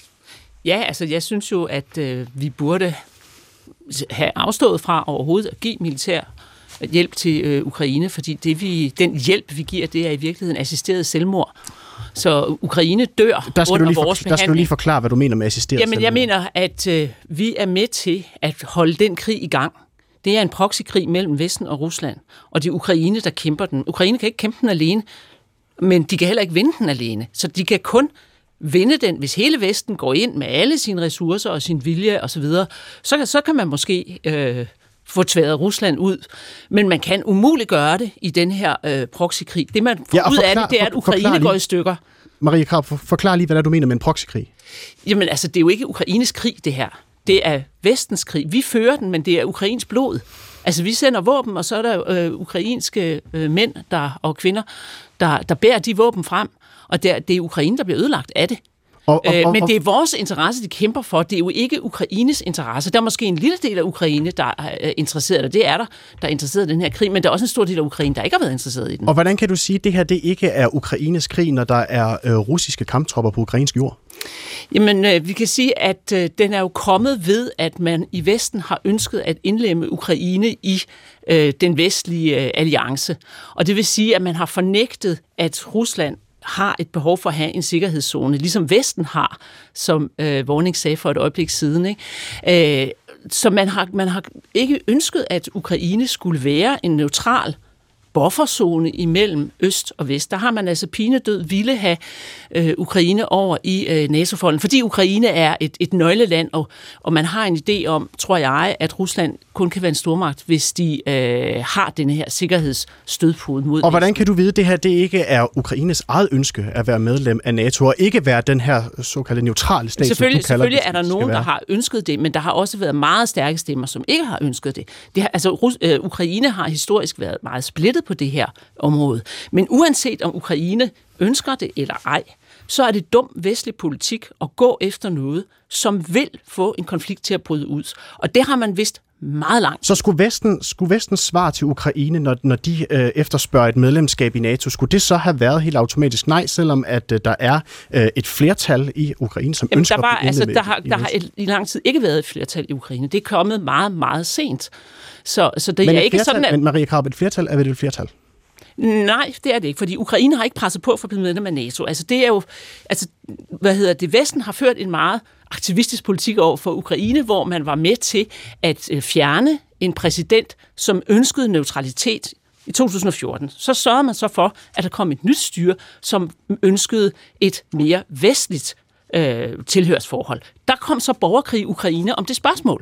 Ja, altså jeg synes jo, at øh, vi burde have afstået fra overhovedet at give militær hjælp til øh, Ukraine, fordi det vi, den hjælp, vi giver, det er i virkeligheden assisteret selvmord. Så Ukraine dør der skal under du lige for, vores der behandling. skal du lige forklare, hvad du mener med assisteret Jamen, selvmord. jeg mener, at øh, vi er med til at holde den krig i gang. Det er en proxykrig mellem Vesten og Rusland, og det er Ukraine, der kæmper den. Ukraine kan ikke kæmpe den alene, men de kan heller ikke vinde den alene. Så de kan kun vinde den, hvis hele Vesten går ind med alle sine ressourcer og sin vilje osv., så, så, så kan man måske øh, få tværet Rusland ud. Men man kan umuligt gøre det i den her øh, proxykrig. Det man får ja, ud forklar, af det, det er, at Ukraine går i stykker. Marie Krarup, for, forklar lige, hvad der, du mener med en proxykrig. Jamen altså, det er jo ikke Ukraines krig, det her. Det er Vestens krig. Vi fører den, men det er Ukrains blod. Altså, vi sender våben, og så er der øh, ukrainske øh, mænd der, og kvinder, der, der bærer de våben frem, og der, det er Ukraine, der bliver ødelagt af det. Og, og, og, men det er vores interesse, de kæmper for. Det er jo ikke Ukraines interesse. Der er måske en lille del af Ukraine, der er interesseret, og det er der, der er interesseret i den her krig, men der er også en stor del af Ukraine, der ikke har været interesseret i den. Og hvordan kan du sige, at det her det ikke er Ukraines krig, når der er øh, russiske kamptropper på ukrainsk jord? Jamen, øh, vi kan sige, at øh, den er jo kommet ved, at man i Vesten har ønsket at indlemme Ukraine i øh, den vestlige øh, alliance. Og det vil sige, at man har fornægtet, at Rusland har et behov for at have en sikkerhedszone, ligesom Vesten har, som øh, Warning sagde for et øjeblik siden. Ikke? Øh, så man har, man har ikke ønsket, at Ukraine skulle være en neutral bufferzone imellem øst og vest. Der har man altså pinedød ville have øh, Ukraine over i øh, NATO-folden, fordi Ukraine er et, et nøgleland, og, og man har en idé om, tror jeg, at Rusland kun kan være en stormagt, hvis de øh, har denne her sikkerhedsstødpude mod. Og hvordan kan du vide, at det her det ikke er Ukraines eget ønske at være medlem af NATO, og ikke være den her såkaldte neutrale stat, selvfølgelig, som du kalder Selvfølgelig det, er der nogen, der har ønsket det, men der har også været meget stærke stemmer, som ikke har ønsket det. det har, altså, Rus, øh, Ukraine har historisk været meget splittet på det her område. Men uanset om Ukraine ønsker det eller ej, så er det dum vestlig politik at gå efter noget, som vil få en konflikt til at bryde ud. Og det har man vist meget langt. Så skulle Vesten, skulle Vestens svar til Ukraine, når, når de øh, efterspørger et medlemskab i NATO, skulle det så have været helt automatisk nej, selvom at øh, der er øh, et flertal i Ukraine, som Jamen, ønsker der var, at altså, der har, i, i der har i lang tid ikke været et flertal i Ukraine. Det er kommet meget, meget sent. Så, så det men er ikke flertal, sådan, at... Men Marie Krarup, et flertal er vel et flertal? Nej, det er det ikke, fordi Ukraine har ikke presset på for at blive medlem af NATO. Altså det er jo, altså, hvad hedder det, Vesten har ført en meget aktivistisk politik over for Ukraine, hvor man var med til at fjerne en præsident, som ønskede neutralitet i to tusind og fjorten. Så sørgede man så for, at der kom et nyt styre, som ønskede et mere vestligt øh, tilhørsforhold. Der kom så borgerkrig i Ukraine om det spørgsmål.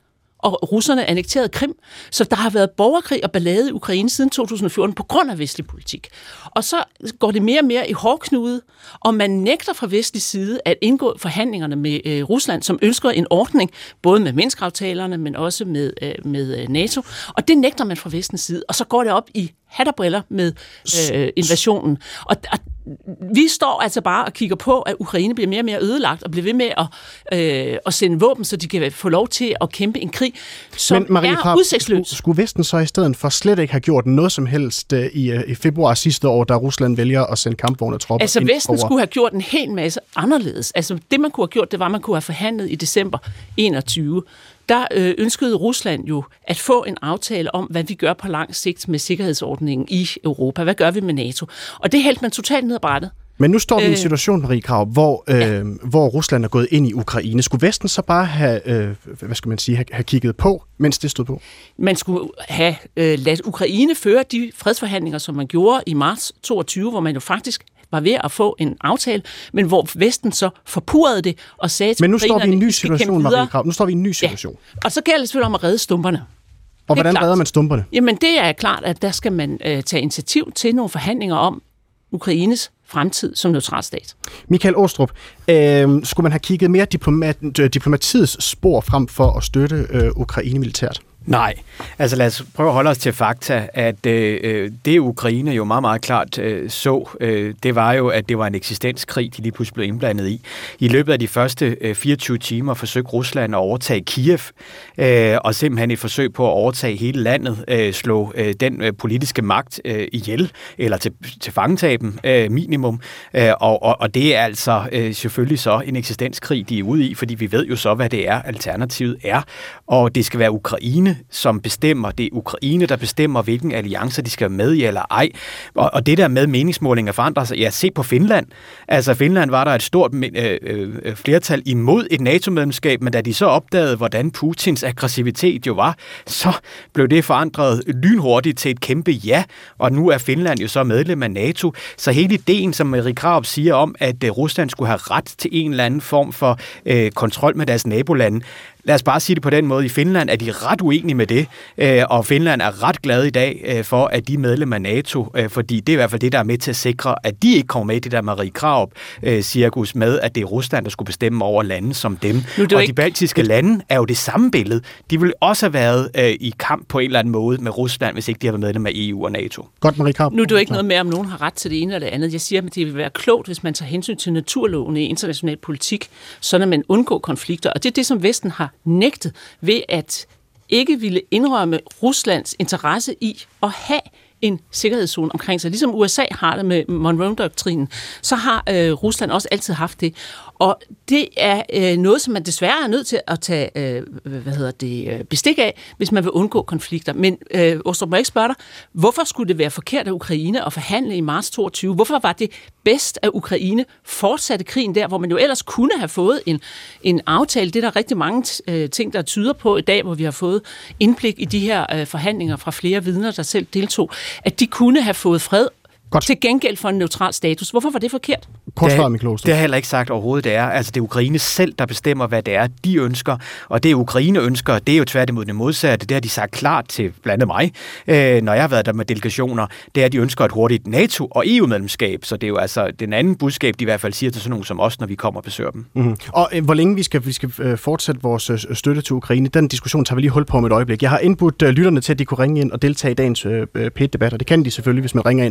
Og russerne annekterede Krim. Så der har været borgerkrig og ballade i Ukraine siden to tusind og fjorten på grund af vestlig politik. Og så går det mere og mere i hårdknude, og man nægter fra vestlig side at indgå forhandlingerne med øh, Rusland, som ønsker en ordning, både med Minsk-aftalerne, men også med, øh, med NATO. Og det nægter man fra vestens side, og så går det op i hat og briller med øh, invasionen. Og, og vi står altså bare og kigger på, at Ukraine bliver mere og mere ødelagt, og bliver ved med at, øh, at sende våben, så de kan få lov til at kæmpe en krig, som Men Marie er Krarup, udsigtsløs. Skulle, skulle Vesten så i stedet for slet ikke have gjort noget som helst uh, i, uh, i februar sidste år, da Rusland vælger at sende kampvogne og tropper Altså ind Vesten over? skulle have gjort en hel masse anderledes. Altså det, man kunne have gjort, det var, at man kunne have forhandlet i december enogtyve. Der øh, ønskede Rusland jo at få en aftale om, hvad vi gør på lang sigt med sikkerhedsordningen i Europa. Hvad gør vi med NATO? Og det hældte man totalt ned ad brættet. Men nu står vi i en Øh, situation, Marie Krarup, hvor, øh, ja. hvor Rusland er gået ind i Ukraine. Skulle Vesten så bare have, øh, hvad skal man sige, have, have kigget på, mens det stod på? Man skulle have øh, ladet Ukraine føre de fredsforhandlinger, som man gjorde i marts toogtyve, hvor man jo faktisk var ved at få en aftale, men hvor Vesten så forpurrede det og sagde til Men nu står vi i en ny I skal situation, kæmpe Marie videre. Krarup. Nu står vi i en ny situation. Ja. Og så gælder det selvfølgelig om at redde stumperne. Og hvordan klart. redder man stumperne? Jamen det er klart, at der skal man øh, tage initiativ til nogle forhandlinger om Ukraines fremtid som neutral stat. Michael Aastrup, øh, skulle man have kigget mere diplomat, diplomatiets spor frem for at støtte øh, Ukraine militært? Nej, altså lad os prøve at holde os til fakta, at øh, det Ukraine jo meget, meget klart øh, så, øh, det var jo, at det var en eksistenskrig, de lige pludselig blev indblandet i. I løbet af de første øh, fireogtyve timer forsøgte Rusland at overtage Kiev, øh, og simpelthen et forsøg på at overtage hele landet, øh, slå øh, den øh, politiske magt øh, ihjel, eller til, til fangetaben øh, minimum, øh, og, og, og det er altså øh, selvfølgelig så en eksistenskrig, de er ude i, fordi vi ved jo så, hvad det er, alternativet er, og det skal være Ukraine, som bestemmer. Det er Ukraine, der bestemmer, hvilken alliancer de skal være med i eller ej. Og, og det der med meningsmålinger forandrer sig. Ja, se på Finland. Altså, Finland var der et stort øh, øh, flertal imod et NATO-medlemskab, men da de så opdagede, hvordan Putins aggressivitet jo var, så blev det forandret lynhurtigt til et kæmpe ja, og nu er Finland jo så medlem af NATO. Så hele ideen, som Marie Krarup siger om, at øh, Rusland skulle have ret til en eller anden form for øh, kontrol med deres nabolande, lad os bare sige det på den måde. I Finland er de ret uenige med det, og Finland er ret glad i dag for, at de er medlem af NATO, fordi det er i hvert fald det, der er med til at sikre, at de ikke kommer med i det der Marie Krarup-cirkus med, at det er Rusland, der skulle bestemme over lande som dem. Og ikke... de baltiske lande er jo det samme billede. De ville også have været i kamp på en eller anden måde med Rusland, hvis ikke de har været medlem af E U og NATO. Godt, Marie Krarup. Nu er det jo ikke noget med, om nogen har ret til det ene eller det andet. Jeg siger, at det vil være klogt, hvis man tager hensyn til naturloven i international politik, sådan at man undgår konflikter. Og det er det, som Vesten har nægtet ved at ikke ville indrømme Ruslands interesse i at have en sikkerhedszone omkring sig. Ligesom U S A har det med Monroe-doktrinen, så har øh, Rusland også altid haft det. Og det er øh, noget, som man desværre er nødt til at tage øh, hvad hedder det, øh, bestik af, hvis man vil undgå konflikter. Men øh, Aastrup, må jeg ikke spørge dig, hvorfor skulle det være forkert af Ukraine at forhandle i marts toogtyve? Hvorfor var det bedst, at Ukraine fortsatte krigen der, hvor man jo ellers kunne have fået en, en aftale? Det er der rigtig mange øh, ting, der tyder på i dag, hvor vi har fået indblik i de her øh, forhandlinger fra flere vidner, der selv deltog, at de kunne have fået fred Godt. til gengæld for en neutral status. Hvorfor var det forkert? Kort svar, det, det har jeg heller ikke sagt overhovedet, det er. Altså, det er Ukraine selv, der bestemmer, hvad det er, de ønsker. Og det Ukraine ønsker, det er jo tværtimod det modsatte. Det har de sagt klart til blandt andet mig, øh, når jeg har været der med delegationer. Det er, at de ønsker et hurtigt NATO- og E U-medlemskab. Så det er jo altså den anden budskab, de i hvert fald siger til sådan nogen som os, når vi kommer og besøger dem. Mm-hmm. Og øh, hvor længe vi skal, vi skal øh, fortsætte vores øh, støtte til Ukraine, den diskussion tager vi lige hul på om et øjeblik. Jeg har indbudt øh, lytterne til, at de kunne ringe ind og deltage i dagens øh, P et-debat, og det kan de selvfølgelig, hvis man ringer ind på halvfjerds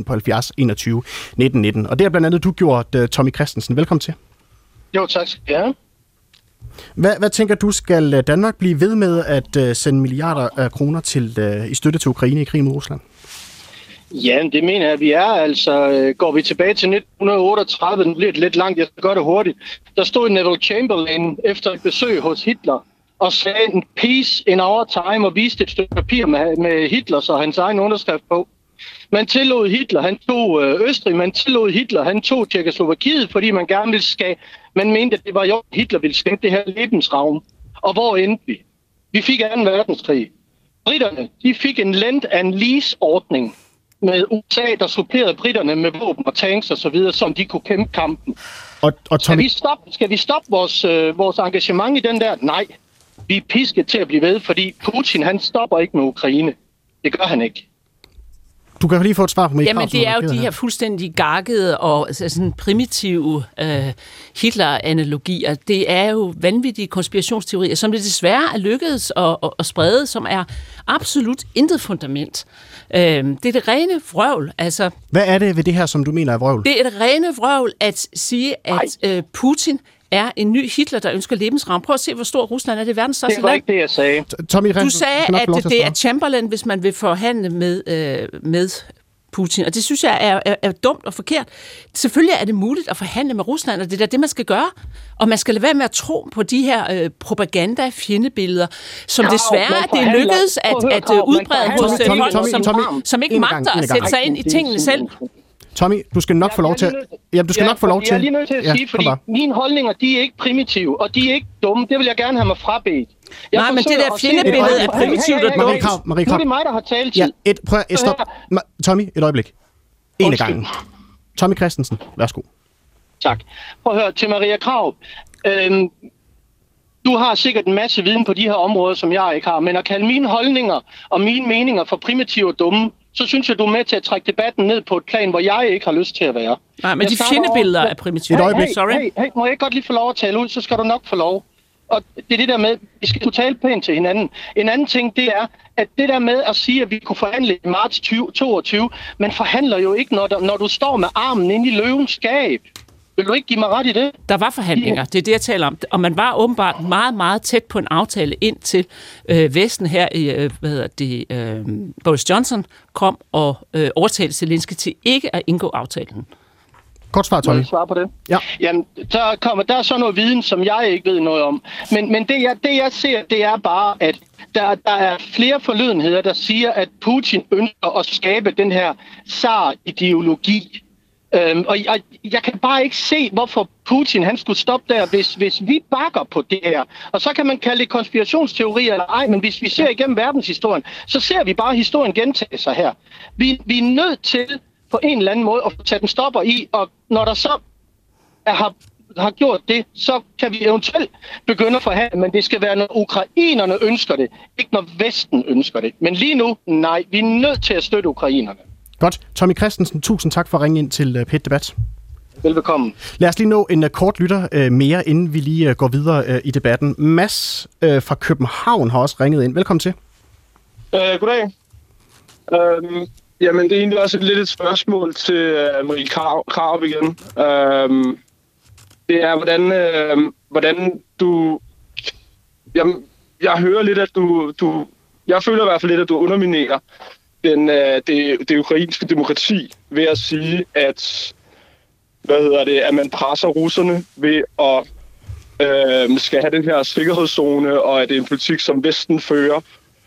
halvfjerds enogtyve nitten nitten. Og det er blandt andet du gjort, uh, Tommy Christensen. Velkommen til. Jo, tak skal jeg have. Hvad, hvad tænker du, skal Danmark blive ved med at uh, sende milliarder af kroner til, uh, i støtte til Ukraine i krigen mod Rusland? Ja, det mener jeg, at vi er. Altså, går vi tilbage til nitten otteogtredive, den bliver det lidt langt, jeg skal gøre det hurtigt. Der stod Neville Chamberlain efter et besøg hos Hitler og sagde en peace in our time og viste et stykke papir med, med Hitlers og hans egen underskrift på. Man tillod Hitler, han tog Østrig, man tillod Hitler, han tog Tjekkoslovakiet, fordi man gerne ville skabe, man mente, at det var jo, Hitler ville skabe det her Lebensraum. Og hvor endte vi? Vi fik anden verdenskrig. Britterne, de fik en lend and lease-ordning med U S A, der supplerede britterne med våben og tanks og så videre, som de kunne kæmpe kampen. Og, og Tommy... Skal vi stoppe, skal vi stoppe vores, øh, vores engagement i den der? Nej. Vi er pisket til at blive ved, fordi Putin, han stopper ikke med Ukraine. Det gør han ikke. Du kan lige få et svar på mig. Jamen, det er jo de her fuldstændig gakkede og sådan primitive øh, Hitler-analogier. Det er jo vanvittige konspirationsteorier, som det desværre er lykkedes at, at, at sprede, som er absolut intet fundament. Øh, det er det rene vrøvl. Altså, hvad er det ved det her, som du mener er vrøvl? Det er det rene vrøvl at sige, at øh, Putin er en ny Hitler, der ønsker lebensraum. Prøv at se, hvor stor Rusland er. Det er verdens største land. Det var ikke det, jeg sagde. Tommy, du sagde, at det er Chamberlain, hvis man vil forhandle med, øh, med Putin. Og det synes jeg er, er, er dumt og forkert. Selvfølgelig er det muligt at forhandle med Rusland, og det er det, man skal gøre. Og man skal lade være med at tro på de her øh, propaganda-fjendebilleder, som ja, desværre det er lykkedes at, at, at udbrede hos Tommy, folk, Tommy, som, Tommy, som ikke magter at sætte sig ind i tingene selv. Tommy, du skal nok få lov til. Jamen, du skal ja, nok få lov til. Jeg er lige nødt til at ja, sige, fordi mine holdninger, de er ikke primitive, og de er ikke dumme. Det vil jeg gerne have mig frabedt. Jeg Nej, men det der fjendebillede er primitivt og dumt. Nu er det mig, der har talt tid. Ja, et, prøv at stop. Tommy, et øjeblik. En af gangen. Tommy Christensen, værsgo. Tak. Prøv at høre til Maria Krav. Øhm, du har sikkert en masse viden på de her områder, som jeg ikke har, men at kalde mine holdninger og mine meninger for primitive og dumme, så synes jeg, du er med til at trække debatten ned på et plan, hvor jeg ikke har lyst til at være. Nej, men jeg de fjendebilleder er primitive. Hey, hey, Sorry. Hey, hey, må jeg godt lige få lov at tale ud, så skal du nok få lov. Og det er det der med, vi skal tale pænt til hinanden. En anden ting, det er, at det der med at sige, at vi kunne forhandle i marts tyve toogtyve, man forhandler jo ikke, når, der, når du står med armen inde i løvens skab. Vil du ikke give mig ret i det? Der var forhandlinger, det er det, jeg taler om. Og man var åbenbart meget, meget tæt på en aftale ind til øh, Vesten her i, øh, hvad hedder det, øh, Boris Johnson kom og øh, overtalte Zelensky til ikke at indgå aftalen. Kort svar, Tommy. Må jeg svare på det? Ja. Jamen, der kommer der er så noget viden, som jeg ikke ved noget om. Men, men det, jeg, det, jeg ser, det er bare, at der, der er flere forlydenheder, der siger, at Putin ønsker at skabe den her zar-ideologi. Øhm, og jeg, jeg kan bare ikke se, hvorfor Putin han skulle stoppe der, hvis, hvis vi bakker på det her. Og så kan man kalde det konspirationsteorier eller ej, men hvis vi ser igennem verdenshistorien, så ser vi bare historien gentage sig her. Vi, vi er nødt til på en eller anden måde at tage den stopper i, og når der så er, har, har gjort det, så kan vi eventuelt begynde at forhandle, men det skal være, når ukrainerne ønsker det, ikke når Vesten ønsker det. Men lige nu, nej, vi er nødt til at støtte ukrainerne. Godt. Tommy Christensen, tusind tak for at ringe ind til P et Debat. Velbekomme. Lad os lige nå en kort lytter mere, inden vi lige går videre i debatten. Mads fra København har også ringet ind. Velkommen til. Uh, goddag. Uh, jamen, det er egentlig også et lidt et spørgsmål til uh, Marie Krarup igen. Uh, det er, hvordan, uh, hvordan du... Jamen, jeg hører lidt, at du, du... Jeg føler i hvert fald lidt, at du underminerer Den, øh, det, det ukrainske demokrati ved at sige, at hvad hedder det, at man presser russerne ved at øh, skal have den her sikkerhedszone, og at det er en politik, som Vesten fører.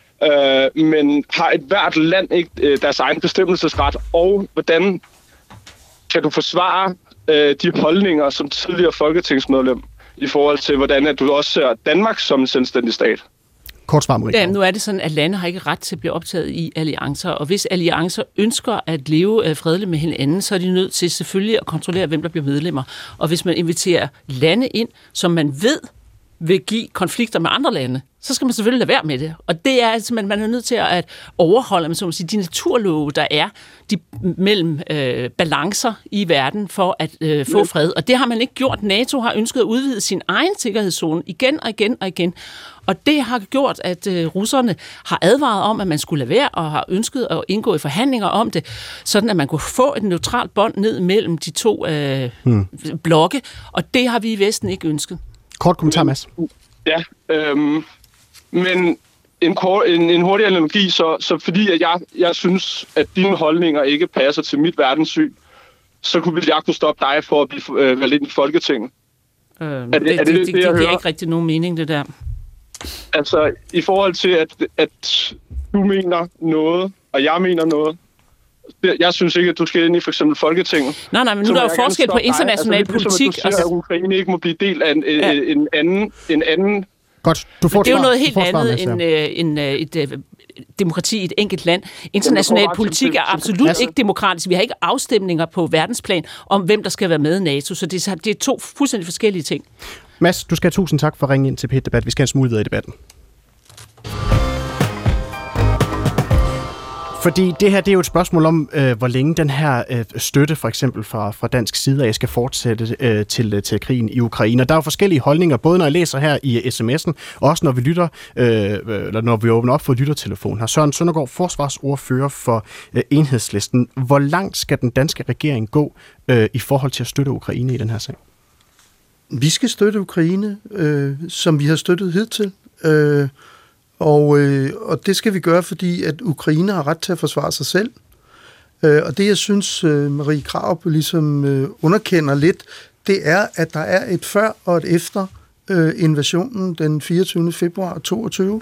Øh, men har et hvert land ikke øh, deres egen bestemmelsesret, og hvordan kan du forsvare øh, de holdninger som tidligere folketingsmedlem i forhold til, hvordan at du også ser Danmark som en selvstændig stat? Kort svar, Marie. Ja, nu er det sådan, at lande har ikke ret til at blive optaget i alliancer, og hvis alliancer ønsker at leve fredeligt med hinanden, så er de nødt til selvfølgelig at kontrollere, hvem der bliver medlemmer. Og hvis man inviterer lande ind, som man ved vil give konflikter med andre lande, så skal man selvfølgelig lade være med det. Og det er altså, man, man er nødt til at overholde man, så man sige, de naturlove, der er de, mellem øh, balancer i verden for at øh, få fred. Og det har man ikke gjort. NATO har ønsket at udvide sin egen sikkerhedszone igen og igen og igen. Og det har gjort, at øh, russerne har advaret om, at man skulle lade være, og har ønsket at indgå i forhandlinger om det, sådan at man kunne få et neutralt bånd ned mellem de to øh, hmm. blokke. Og det har vi i Vesten ikke ønsket. Kort kommentar, Mads. Ja, øhm, men en, kort, en, en hurtig analogi, så, så fordi at jeg, jeg synes, at dine holdninger ikke passer til mit verdenssyn, så kunne jeg kunne stoppe dig for at blive øh, valgt ind i Folketinget. Øh, er det, det, det, det, det, det, det giver ikke rigtig nogen mening, det der. Altså, i forhold til, at, at du mener noget, og jeg mener noget, jeg synes ikke, at du skal ind i for eksempel Folketinget. Nej, nej, men nu er der jo forskel på international altså, politik. Altså, du siger, at Ukraine ikke må blive del af en, ja. en, anden, en anden... Godt, du får det er jo noget helt andet end, end, end et, et demokrati i et enkelt land. International politik er absolut ikke demokratisk. Vi har ikke afstemninger på verdensplan om, hvem der skal være med i NATO, så det er, det er to fuldstændig forskellige ting. Mads, du skal have tusind tak for at ringe ind til P et Debat. Vi skal have en smule videre i debatten. Fordi det her, det er jo et spørgsmål om, øh, hvor længe den her øh, støtte, for eksempel fra, fra dansk side af, skal fortsætte øh, til, til krigen i Ukraine. Og der er jo forskellige holdninger, både når jeg læser her i sms'en, og også når vi lytter, øh, eller når vi åbner op for lyttertelefon. Her Søren Søndergaard, forsvarsordfører for øh, Enhedslisten. Hvor langt skal den danske regering gå øh, i forhold til at støtte Ukraine i den her sag? Vi skal støtte Ukraine, øh, som vi har støttet hidtil. Øh, Og, øh, og det skal vi gøre, fordi at Ukraine har ret til at forsvare sig selv. Øh, og det, jeg synes, øh, Marie Krarup ligesom øh, underkender lidt, det er, at der er et før og et efter øh, invasionen den fireogtyvende februar toogtyve,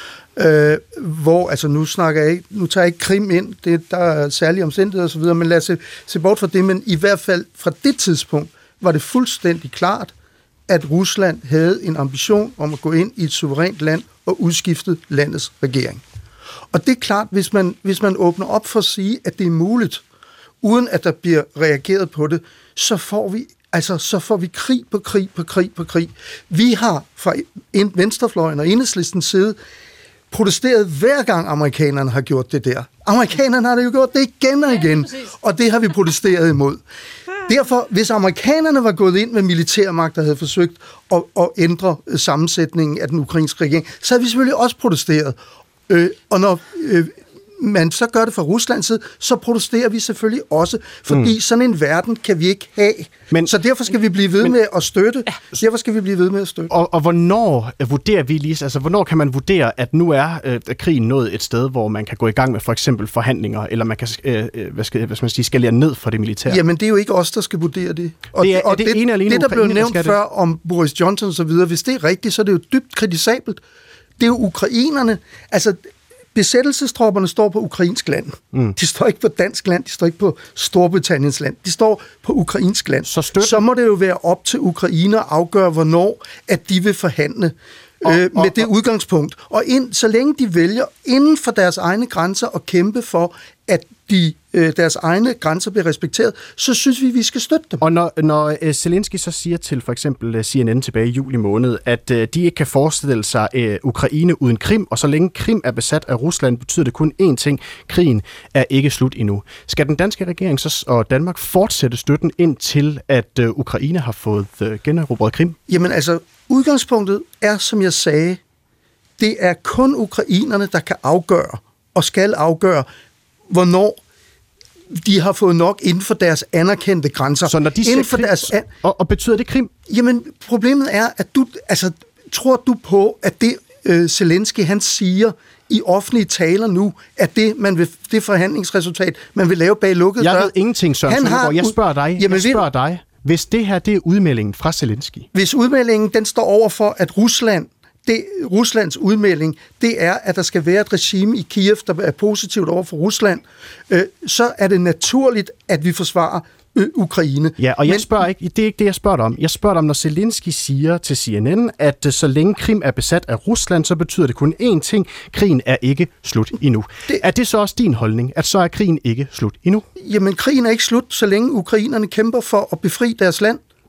øh, hvor, altså nu snakker jeg ikke, nu tager jeg ikke Krim ind, det, der er særlige omstændigheder osv., men lad os se, se bort fra det, men i hvert fald fra det tidspunkt var det fuldstændig klart, at Rusland havde en ambition om at gå ind i et suverænt land og udskifte landets regering. Og det er klart, hvis man, hvis man åbner op for at sige, at det er muligt, uden at der bliver reageret på det, så får vi, altså, så får vi krig på krig på krig på krig. Vi har fra venstrefløjen og Enhedslistens side protesteret hver gang amerikanerne har gjort det der. Amerikanerne har det jo gjort det igen og igen, og det har vi protesteret imod. Derfor, hvis amerikanerne var gået ind med militærmagt, der havde forsøgt at, at ændre sammensætningen af den ukrainske regering, så havde vi selvfølgelig også protesteret. Øh, og når øh, man så gør det fra Ruslands side, så protesterer vi selvfølgelig også, fordi mm. sådan en verden kan vi ikke have. Men, så derfor skal vi blive ved men, med at støtte. Derfor skal vi blive ved med at støtte. Og, og hvornår vurderer vi lige, altså hvornår kan man vurdere, at nu er øh, krigen nået et sted, hvor man kan gå i gang med for eksempel forhandlinger, eller man kan, øh, hvad skal, hvad skal man sige, skalere ned for det militære? Jamen det er jo ikke os, der skal vurdere det. Og det er, og det, det, ene det der blev nævnt før om Boris Johnson og så videre, hvis det er rigtigt, så er det jo dybt kritisabelt. Det er jo ukrainerne, altså besættelsestropperne står på ukrainsk land. Mm. De står ikke på dansk land, de står ikke på Storbritanniens land. De står på ukrainsk land. Så, så må det jo være op til Ukraine at afgøre, hvornår at de vil forhandle og, øh, med og, det udgangspunkt. Og ind, så længe de vælger inden for deres egne grænser at kæmpe for, at de, øh, deres egne grænser bliver respekteret, så synes vi, vi skal støtte dem. Og når, når uh, Zelensky så siger til for eksempel uh, C N N tilbage i juli måned, at uh, de ikke kan forestille sig uh, Ukraine uden Krim, og så længe Krim er besat af Rusland, betyder det kun én ting: krigen er ikke slut endnu. Skal den danske regering så, og Danmark fortsætte støtten indtil, at uh, Ukraine har fået uh, generobret Krim? Jamen altså, udgangspunktet er, som jeg sagde, det er kun ukrainerne, der kan afgøre, og skal afgøre, hvornår de har fået nok inden for deres anerkendte grænser. Så når de inden for Krim, deres an- og, og betyder det Krim? Jamen, problemet er, at du, altså, tror du på, at det øh, Zelensky, han siger i offentlige taler nu, at det, man vil, det forhandlingsresultat, man vil lave bag lukkede døre. Jeg ved ingenting, Søren Søndergaard. Jeg spørger dig. Jamen, jeg spørger dig. Hvis det her, det er udmeldingen fra Zelensky. Hvis udmeldingen, den står over for, at Rusland Det, Ruslands udmelding, det er, at der skal være et regime i Kiev, der er positivt over for Rusland, øh, så er det naturligt, at vi forsvarer øh, Ukraine. Ja, og jeg Men, spørger ikke, det er ikke det, jeg spørger dig om. Jeg spørger dig om, når Zelensky siger til C N N, at så længe Krim er besat af Rusland, så betyder det kun én ting: krigen er ikke slut endnu. Det, er det så også din holdning, at så er krigen ikke slut endnu? Jamen, krigen er ikke slut, så længe ukrainerne kæmper for at befri deres land.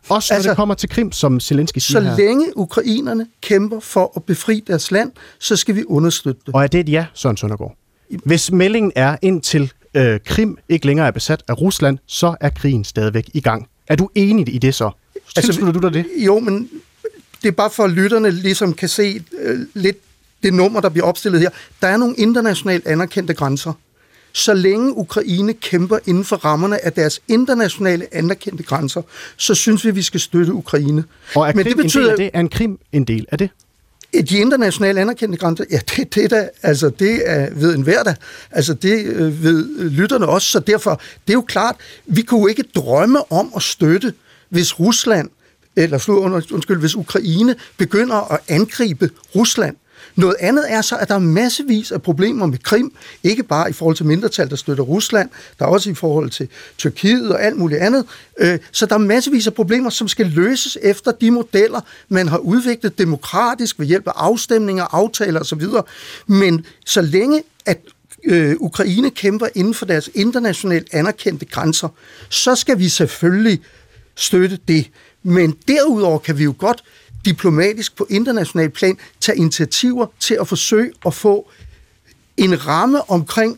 Også når altså, det kommer til Krim, som Zelensky siger så her. Så længe ukrainerne kæmper for at befri deres land, så skal vi understøtte det. Og er det et ja, Søren Søndergaard? Hvis meldingen er, indtil øh, Krim ikke længere er besat af Rusland, så er krigen stadigvæk i gang. Er du enig i det så? Tilslutter altså, du dig det? Jo, men det er bare for, at lytterne ligesom kan se øh, lidt det nummer, der bliver opstillet her. Der er nogle internationalt anerkendte grænser. Så længe Ukraine kæmper inden for rammerne af deres internationale anerkendte grænser, så synes vi, vi skal støtte Ukraine. Og er, Men det betyder, en del af det? Er en Krim en del af det? De internationale anerkendte grænser, ja, det, det, der, altså, det er ved enhver da. Altså, det øh, ved lytterne også. Så derfor, det er jo klart, vi kunne jo ikke drømme om at støtte, hvis Rusland, eller undskyld, hvis Ukraine begynder at angribe Rusland. Noget andet er så, at der er massevis af problemer med Krim, ikke bare i forhold til mindretal, der støtter Rusland, der er også i forhold til Tyrkiet og alt muligt andet. Så der er massevis af problemer, som skal løses efter de modeller, man har udviklet demokratisk ved hjælp af afstemninger, aftaler osv. Men så længe at øh, Ukraine kæmper inden for deres internationalt anerkendte grænser, så skal vi selvfølgelig støtte det. Men derudover kan vi jo godt diplomatisk på international plan tage initiativer til at forsøge at få en ramme omkring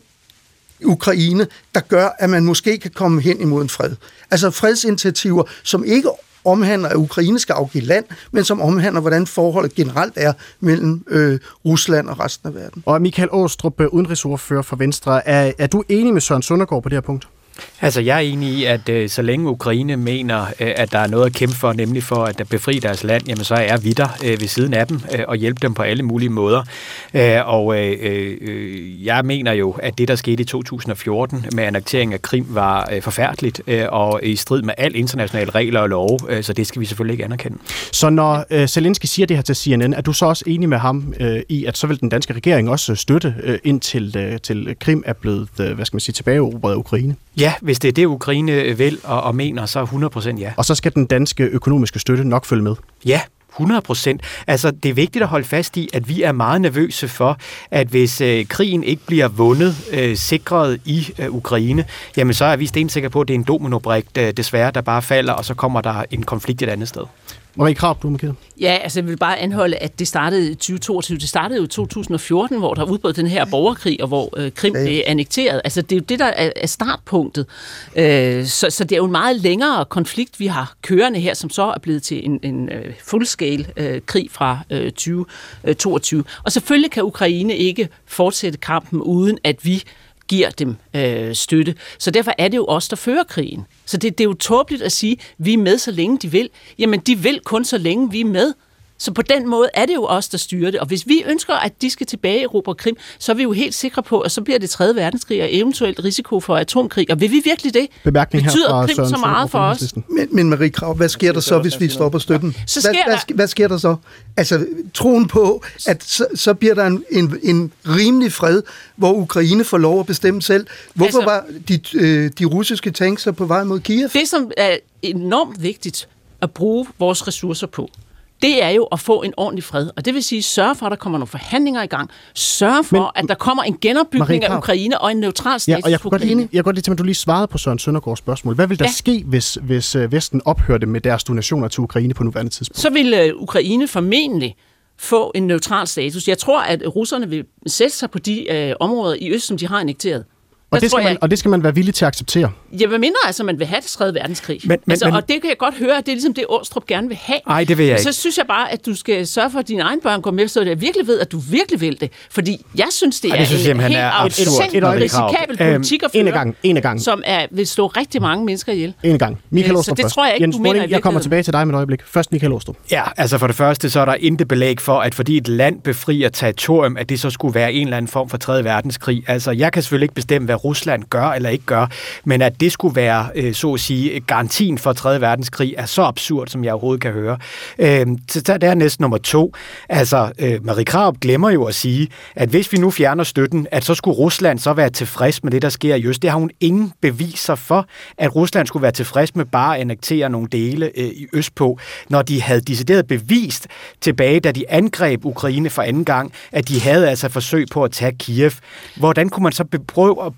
Ukraine, der gør, at man måske kan komme hen imod en fred. Altså fredsinitiativer, som ikke omhandler, at Ukraine skal afgive land, men som omhandler, hvordan forholdet generelt er mellem øh, Rusland og resten af verden. Og Michael Aastrup, udenrigsordfører for Venstre, er, er du enig med Søren Søndergaard på det her punkt? Altså, jeg er enig i, at øh, så længe Ukraine mener, øh, at der er noget at kæmpe for, nemlig for at befri deres land, jamen så er vi der øh, ved siden af dem øh, og hjælpe dem på alle mulige måder. Øh, og øh, øh, jeg mener jo, at det, der skete i to tusind og fjorten med annektering af Krim, var øh, forfærdeligt øh, og i strid med al internationale regler og love, øh, så det skal vi selvfølgelig ikke anerkende. Så når øh, Zelensky siger det her til C N N, er du så også enig med ham øh, i, at så vil den danske regering også støtte øh, indtil øh, til Krim er blevet, øh, hvad skal man sige, tilbageerobret af Ukraine? Ja, hvis det er det, Ukraine vil og, og mener, så hundrede procent ja. Og så skal den danske økonomiske støtte nok følge med? Ja, hundrede procent. Altså, det er vigtigt at holde fast i, at vi er meget nervøse for, at hvis øh, krigen ikke bliver vundet, øh, sikret i øh, Ukraine, jamen så er vi stensikre på, at det er en dominobrik, der, desværre, der bare falder, og så kommer der en konflikt et andet sted. Marie Krarup, du er med kæde. Ja, altså jeg vil bare anholde, at det startede i tyve toogtyve. Det startede jo i to tusind og fjorten, hvor der udbrød den her borgerkrig, og hvor øh, Krim blev annekteret. Altså det er jo det, der er, er startpunktet. Øh, så, så det er jo en meget længere konflikt, vi har kørende her, som så er blevet til en, en uh, full-scale uh, krig fra uh, tyve toogtyve. Og selvfølgelig kan Ukraine ikke fortsætte kampen, uden at vi giver dem øh, støtte. Så derfor er det jo os, der fører krigen. Så det, det er jo tåbeligt at sige, vi er med, så længe de vil. Jamen, de vil kun, så længe vi er med. Så på den måde er det jo os, der styrer det. Og hvis vi ønsker, at de skal tilbage i Europa og Krim, så er vi jo helt sikre på, at så bliver det tredje verdenskrig og eventuelt risiko for atomkrig. Og vil vi virkelig det? Bemærkning Betyder her Krim så meget for os? Men, men Marie Krav, hvad sker der så, hvis vi stopper støtten? Så sker hvad, hvad, hvad sker der så? Altså, troen på, at så, så bliver der en, en, en rimelig fred, hvor Ukraine får lov at bestemme selv. Hvorfor altså, var de, øh, de russiske tanks på vej mod Kiev? Det, som er enormt vigtigt at bruge vores ressourcer på, det er jo at få en ordentlig fred. Og det vil sige, sørge for, at der kommer nogle forhandlinger i gang. Sørge for, Men, at der kommer en genopbygning af Ukraine og en neutral status ja, og jeg for Ukraine. Godt, jeg kan godt lide til, at du lige svarede på Søren Søndergaards spørgsmål. Hvad vil der ja. ske, hvis, hvis Vesten ophørte med deres donationer til Ukraine på nuværende tidspunkt? Så vil uh, Ukraine formentlig få en neutral status. Jeg tror, at russerne vil sætte sig på de uh, områder i øst, som de har annekteret. Og det, skal man, og det skal man være villig til at acceptere? Ja, hvad mindre altså, man vil have det tredje verdenskrig. Men, men, altså, men, og det kan jeg godt høre, at det er ligesom det, Aastrup gerne vil have. Nej, det vil jeg så ikke. Så synes jeg bare, at du skal sørge for, at dine egne børn går med, så jeg virkelig ved, at du virkelig vil det. Fordi jeg synes, det, Ej, det er synes, en helt afsindig risikabel politik at føre, gang, en gang. som er, vil slå rigtig mange mennesker ihjel. En gang. Michael Aastrup Så det tror jeg ikke, Jens du mener Morning, jeg kommer tilbage til dig med et øjeblik. Først Michael Aastrup. Ja, altså for det første, så er der intet belæg for, at fordi et land befrier territorium, at det så skulle være en eller anden form for tredje verdenskrig. Altså, jeg kan selvfølgelig ikke bestemme, hvad Rusland gør eller ikke gør, men at det skulle være, øh, så at sige, garantien for tredje verdenskrig, er så absurd, som jeg overhovedet kan høre. Øh, så der er næsten nummer to. Altså, øh, Marie Krarup glemmer jo at sige, at hvis vi nu fjerner støtten, at så skulle Rusland så være tilfreds med det, der sker i øst. Det har hun ingen beviser for, at Rusland skulle være tilfreds med bare at annektere nogle dele øh, i øst på, når de havde decideret bevist tilbage, da de angreb Ukraine for anden gang, at de havde altså forsøg på at tage Kiev. Hvordan kunne man så prøve at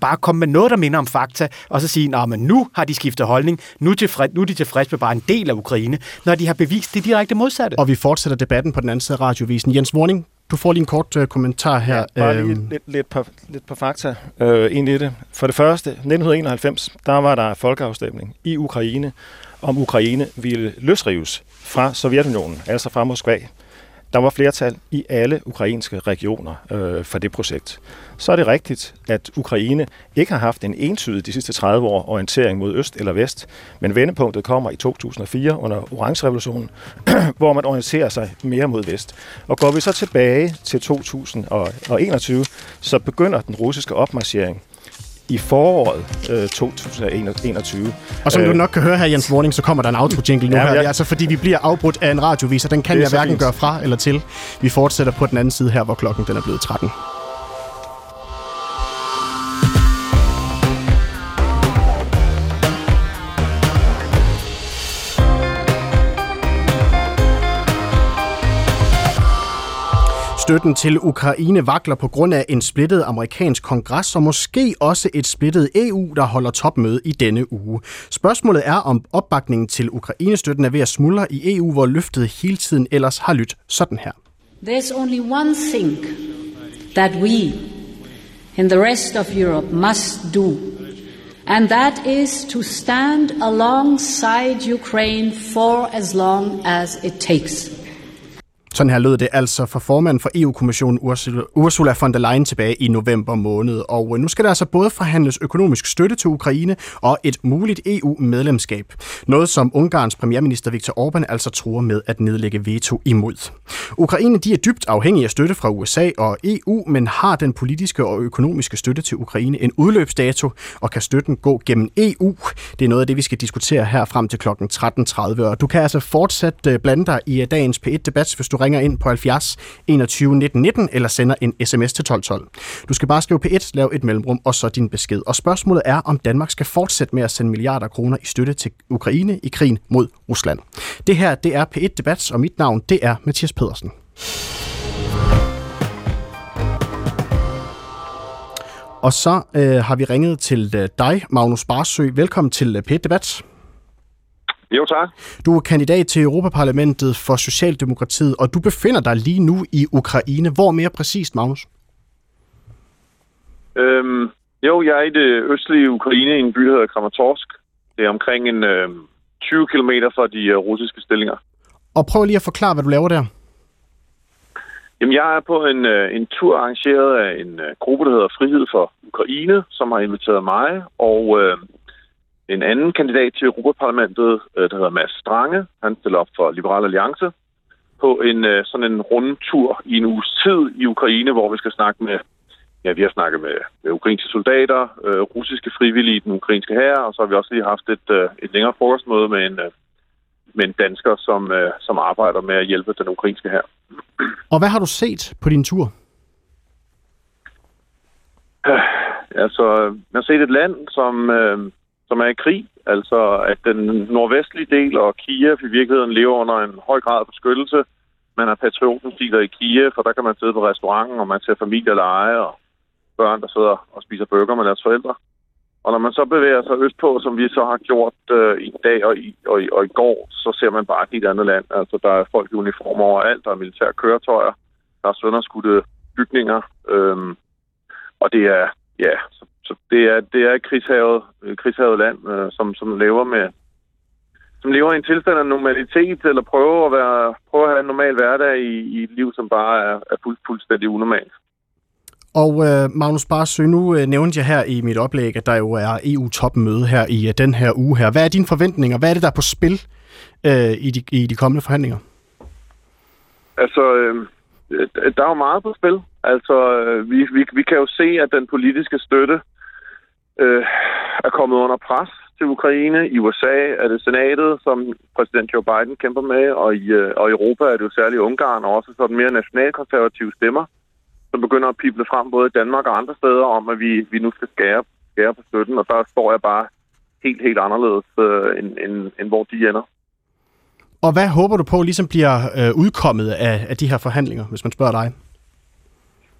bare komme med noget, der minder om fakta, og så sige, at nu har de skiftet holdning, nu, tilfreds, nu er de tilfreds med bare en del af Ukraine, når de har bevist det direkte modsatte. Og vi fortsætter debatten på den anden side af radiovisen. Jens Worning, du får lige en kort uh, kommentar her. Ja, bare lige lidt, lidt, på, lidt på fakta øh, ind i det. For det første, nitten enoghalvfems, der var der folkeafstemning i Ukraine, om Ukraine ville løsrives fra Sovjetunionen, altså fra Moskva. Der var flertal i alle ukrainske regioner øh, for det projekt. Så er det rigtigt, at Ukraine ikke har haft en entydig de sidste tredive år orientering mod øst eller vest, men vendepunktet kommer i to tusind og fire under Orange-revolutionen, hvor man orienterer sig mere mod vest. Og går vi så tilbage til to tusind og enogtyve, så begynder den russiske opmarchering i foråret øh, to tusind og enogtyve. Og som du nok kan høre her, Jens Worning, så kommer der en outro-jingle nu ja, her. Ja. Altså fordi vi bliver afbrudt af en radiovis, og den kan jeg hverken fint. gøre fra eller til. Vi fortsætter på den anden side her, hvor klokken den er blevet tretten. Støtten til Ukraine vakler på grund af en splittet amerikansk kongres, og måske også et splittet E U, der holder topmøde i denne uge. Spørgsmålet er, om opbakningen til Ukraine-støtten er ved at smuldre i E U, hvor løftet hele tiden ellers har lyttet sådan her. There's only one thing that we in the rest of Europe must do, and that is to stand alongside Ukraine for as long as it takes. Sådan her lød det altså for formanden for E U-kommissionen Ursula von der Leyen tilbage i november måned. Og nu skal der altså både forhandles økonomisk støtte til Ukraine og et muligt E U-medlemskab. Noget som Ungarns premierminister Viktor Orbán altså truer med at nedlægge veto imod. Ukraine de er dybt afhængige af støtte fra U S A og E U, men har den politiske og økonomiske støtte til Ukraine en udløbsdato, og kan støtten gå gennem E U? Det er noget af det, vi skal diskutere her frem til klokken tretten tredive. Og du kan altså fortsat blande dig i dagens P et-debat, hvis du ringer ind på halvfjerds enogtyve nitten nitten eller sender en sms til tolv tolv. Du skal bare skrive P et, lave et mellemrum og så din besked. Og spørgsmålet er, om Danmark skal fortsætte med at sende milliarder af kroner i støtte til Ukraine i krigen mod Rusland. Det her, det er P et-debat, og mit navn, det er Mathias Pedersen. Og så øh, har vi ringet til øh, dig, Magnus Barsø. Velkommen til øh, P et-debat. Jo, tak. Du er kandidat til Europaparlamentet for Socialdemokratiet, og du befinder dig lige nu i Ukraine. Hvor mere præcist, Magnus? Øhm, jo, jeg er i det østlige Ukraine i en by, der hedder Kramatorsk. Det er omkring en øh, tyve kilometer fra de øh, russiske stillinger. Og prøv lige at forklare, hvad du laver der. Jamen, jeg er på en, øh, en tur arrangeret af en øh, gruppe, der hedder Frihed for Ukraine, som har inviteret mig, og øh, en anden kandidat til Europaparlamentet, der hedder Mads Strange, han stiller op for Liberal Alliance, på en sådan en rundtur i en uges tid i Ukraine, hvor vi skal snakke med, ja, vi har snakket med, med ukrainske soldater, øh, russiske frivillige i den ukrainske hær, og så har vi også lige haft et, øh, et længere frokostmøde med en, øh, med en dansker, som, øh, som arbejder med at hjælpe den ukrainske hær. Og hvad har du set på din tur? Øh, altså, jeg har set et land, som... Øh, som er i krig, altså at den nordvestlige del og Kiev i virkeligheden lever under en høj grad af beskyttelse. Man har patriotenstiler i Kiev, for der kan man sidde på restauranten, og man ser familier lege, og børn, der sidder og spiser burger med deres forældre. Og når man så bevæger sig østpå, som vi så har gjort øh, i dag og i, og, i, og i går, så ser man bare et helt andet land. Altså der er folk i uniformer overalt, der er militære køretøjer, der er sønderskudte bygninger, øhm, og det er, ja... Så Så det er det er et krigshavet, krigshavet land, øh, som som lever med som lever i en tilstand af normalitet, eller prøver at være prøver at have en normal hverdag i, i et liv, som bare er, er fuld, fuldstændig unormalt. Og øh, Magnus Barsø, nu øh, nævnte jeg her i mit oplæg, at der jo er E U-topmøde her i øh, den her uge her. Hvad er dine forventninger? Hvad er det, der er på spil øh, i, de, i de kommende forhandlinger? Altså, øh, der er jo meget på spil. Altså, vi, vi, vi kan jo se, at den politiske støtte øh, er kommet under pres til Ukraine. I U S A er det senatet, som præsident Joe Biden kæmper med, og i, øh, og i Europa er det jo særligt Ungarn, og også sådan mere nationalkonservative stemmer, som begynder at pible frem både i Danmark og andre steder om, at vi, vi nu skal skære, skære på støtten, og der står jeg bare helt, helt anderledes, øh, end, end, end hvor de ender. Og hvad håber du på ligesom bliver øh, udkommet af, af de her forhandlinger, hvis man spørger dig?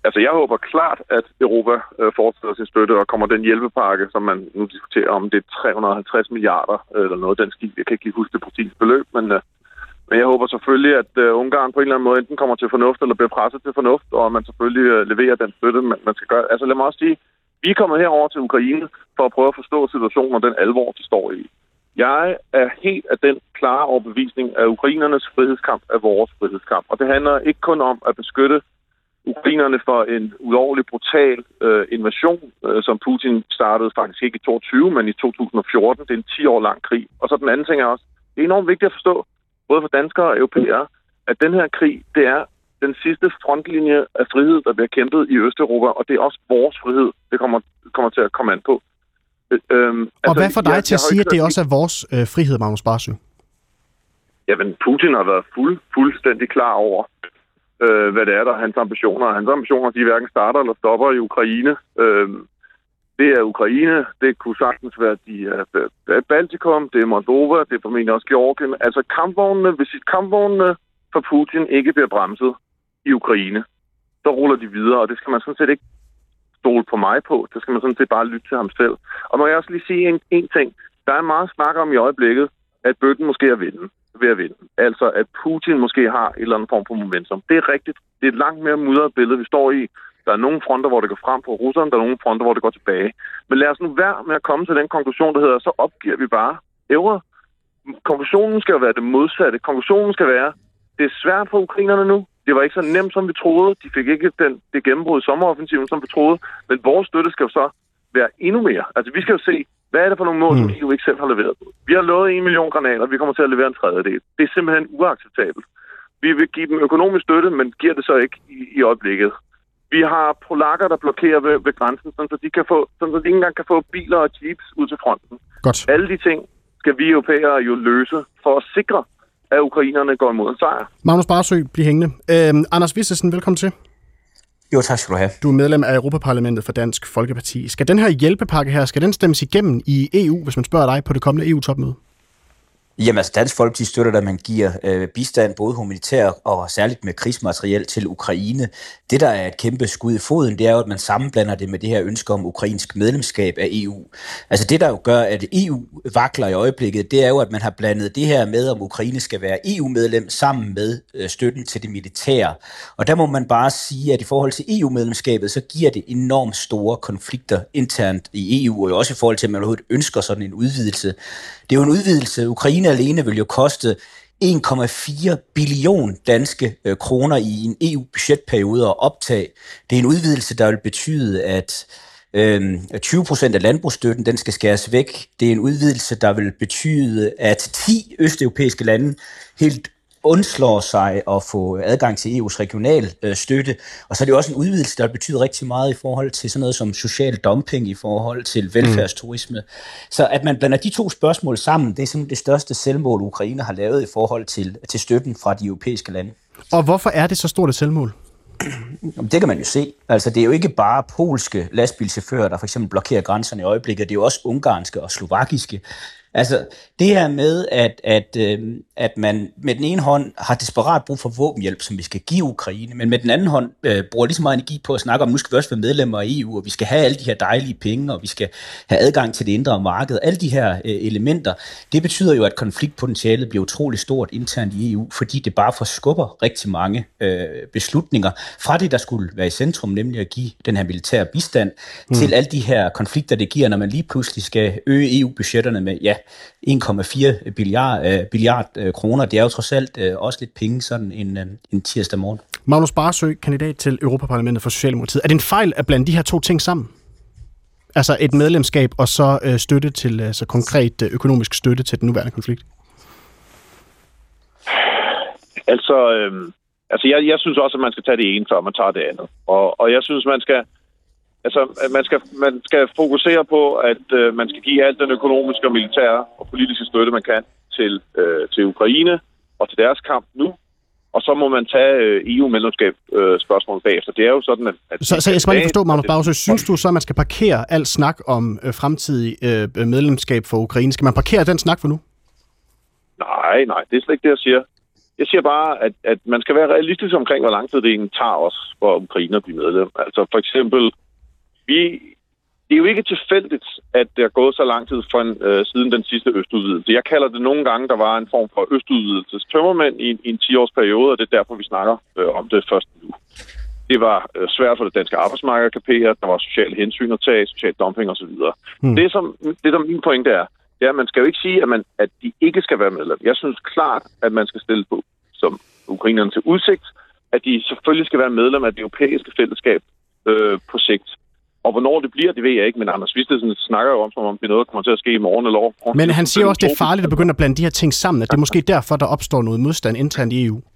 altså jeg håber klart, at Europa øh, fortsætter sin støtte, og kommer den hjælpepakke, som man nu diskuterer om, det er tre hundrede og halvtreds milliarder eller noget den stil. Jeg kan ikke lige huske det præcise beløb, men, øh, men jeg håber selvfølgelig, at øh, Ungarn på en eller anden måde enten kommer til fornuft, eller bliver presset til fornuft, og at man selvfølgelig øh, leverer den støtte, man, man skal gøre. Altså lad mig også sige, vi er kommet herover til Ukraine for at prøve at forstå situationen og den alvor, de står i. Jeg er helt af den klare overbevisning, at ukrainernes frihedskamp er vores frihedskamp. Og det handler ikke kun om at beskytte ukrainerne for en ulovlig, brutal øh, invasion, øh, som Putin startede faktisk ikke i toogtyve, men i to tusind og fjorten. Det er en ti år lang krig. Og så den anden ting er også, det er enormt vigtigt at forstå, både for danskere og europæere, at den her krig, det er den sidste frontlinje af frihed, der bliver kæmpet i Østeuropa, og det er også vores frihed, det kommer, kommer til at komme an på. Øhm, og altså, hvad får dig jeg, til at sige, at det også er vores øh, frihed, Magnus Barsøe? Jamen, Putin har været fuld, fuldstændig klar over, øh, hvad det er, der er hans ambitioner. Hans ambitioner, de hverken starter eller stopper i Ukraine. Øh, det er Ukraine, det kunne sagtens være de uh, Baltikum, det er Moldova, det er formentlig også Georgien. Altså kampvognene, hvis kampvognene for Putin ikke bliver bremset i Ukraine, så ruller de videre, og det skal man sådan set ikke stole på mig på. Det skal man sådan set bare lytte til ham selv. Og må jeg også lige sige en, en ting. Der er meget snak om i øjeblikket, at bøtten måske er vinde, ved at vinde. Altså, at Putin måske har en eller anden form for momentum. Det er rigtigt. Det er et langt mere mudret billede, vi står i. Der er nogle fronter, hvor det går frem på russerne, der er nogle fronter, hvor det går tilbage. Men lad os nu være med at komme til den konklusion, der hedder, så opgiver vi bare evre. Konklusionen skal jo være det modsatte. Konklusionen skal være, det er svært for ukrainerne nu. Det var ikke så nemt, som vi troede. De fik ikke den, det gennembrud i sommeroffensiven, som vi troede. Men vores støtte skal jo så være endnu mere. Altså, vi skal jo se, hvad er det for nogle mål, mm. som E U ikke selv har leveret. Vi har lovet en million granater, vi kommer til at levere en tredjedel. Det er simpelthen uacceptabelt. Vi vil give dem økonomisk støtte, men giver det så ikke i, i øjeblikket. Vi har polakker, der blokerer ved, ved grænsen, så de, kan få, så de ikke engang kan få biler og jeeps ud til fronten. Godt. Alle de ting skal vi europæere jo løse for at sikre, at ukrainerne går imod en sejr. Magnus Barsøe, bliv hængende. Øhm, Anders Vistesen, velkommen til. Jo, tak skal du have. Du er medlem af Europaparlamentet for Dansk Folkeparti. Skal den her hjælpepakke her, skal den stemmes igennem i E U, hvis man spørger dig på det kommende E U-topmøde? Jamen altså, Dansk Folkeparti støtter, at man giver øh, bistand, både humanitær og særligt med krigsmateriel til Ukraine. Det, der er et kæmpe skud i foden, det er jo, at man sammenblander det med det her ønske om ukrainsk medlemskab af E U. Altså det, der jo gør, at E U vakler i øjeblikket, det er jo, at man har blandet det her med, om Ukraine skal være E U-medlem sammen med øh, støtten til det militære. Og der må man bare sige, at i forhold til E U-medlemskabet, så giver det enormt store konflikter internt i E U, og også i forhold til, at man overhovedet ønsker sådan en udvidelse. Det er jo en udvidelse. Ukraine alene vil jo koste en komma fire billion danske øh, kroner i en E U-budgetperiode at optage. Det er en udvidelse, der vil betyde, at øh, tyve procent af landbrugsstøtten den skal skæres væk. Det er en udvidelse, der vil betyde, at ti østeuropæiske lande helt undslår sig at få adgang til E U's regional øh, støtte. Og så er det også en udvidelse, der betyder rigtig meget i forhold til sådan noget som social dumping, i forhold til velfærdsturisme. Mm. Så at man blander de to spørgsmål sammen, det er sådan det største selvmål, Ukraine har lavet i forhold til, til støtten fra de europæiske lande. Og hvorfor er det så stort et selvmål? Det kan man jo se. Altså, det er jo ikke bare polske lastbilchauffører, der for eksempel blokerer grænserne i øjeblikket. Det er jo også ungarske og slovakiske. Altså, det her med, at, at, øh, at man med den ene hånd har desperat brug for våbenhjælp, som vi skal give Ukraine, men med den anden hånd øh, bruger lige så meget energi på at snakke om, nu skal vi også være medlemmer af E U, og vi skal have alle de her dejlige penge, og vi skal have adgang til det indre marked. Alle de her øh, elementer, det betyder jo, at konfliktpotentialet bliver utrolig stort internt i E U, fordi det bare forskubber rigtig mange øh, beslutninger fra det, der skulle være i centrum, nemlig at give den her militære bistand, mm. til alle de her konflikter, det giver, når man lige pludselig skal øge E U-budgetterne med, ja, en komma fire billiard, øh, billiard øh, kroner. Det er jo trods alt øh, også lidt penge sådan en, øh, en tirsdag morgen. Magnus Barsøe, kandidat til Europaparlamentet for Socialdemokratiet. Er det en fejl at blande de her to ting sammen? Altså et medlemskab og så øh, støtte til, altså konkret øh, økonomisk støtte til den nuværende konflikt? Altså, øh, altså jeg, jeg synes også, at man skal tage det ene, før man tager det andet. Og, og jeg synes, man skal Altså, man skal, man skal fokusere på, at øh, man skal give alt den økonomiske og militære og politiske støtte, man kan til, øh, til Ukraine og til deres kamp nu. Og så må man tage øh, E U-medlemskab øh, spørgsmålet bagefter. Det er jo sådan, at... at så, så jeg skal bare lige forstå, Magnus Barsøe, synes du så, at man skal parkere al snak om øh, fremtidig øh, medlemskab for Ukraine? Skal man parkere den snak for nu? Nej, nej, det er slet ikke det, jeg siger. Jeg siger bare, at, at man skal være realistisk omkring, hvor lang tid det egentlig tager os for Ukraine at blive medlem. Altså for eksempel, vi, det er jo ikke tilfældigt, at det er gået så lang tid for en, øh, siden den sidste østudvidelse. Jeg kalder det nogle gange, der var en form for østudvidelses tømmermænd i, i en ti-års periode, og det er derfor, vi snakker øh, om det først nu. Det var øh, svært for det danske arbejdsmarked at kapere, der var sociale hensyn at tage, social dumping osv. Hmm. Det, som, det, der min pointe er, det er, at man skal jo ikke sige, at, man, at de ikke skal være medlem. Jeg synes klart, at man skal stille på som ukrainerne til udsigt, at de selvfølgelig skal være medlem af det europæiske fællesskab øh, på sigt. Og hvornår det bliver, det ved jeg ikke, men Anders Vistesen snakker jo om, som om det er noget, der kommer til at ske i morgen eller år. Men han siger også, at det er farligt at begynde at blande de her ting sammen, at det er måske derfor, der opstår noget modstand internt i E U.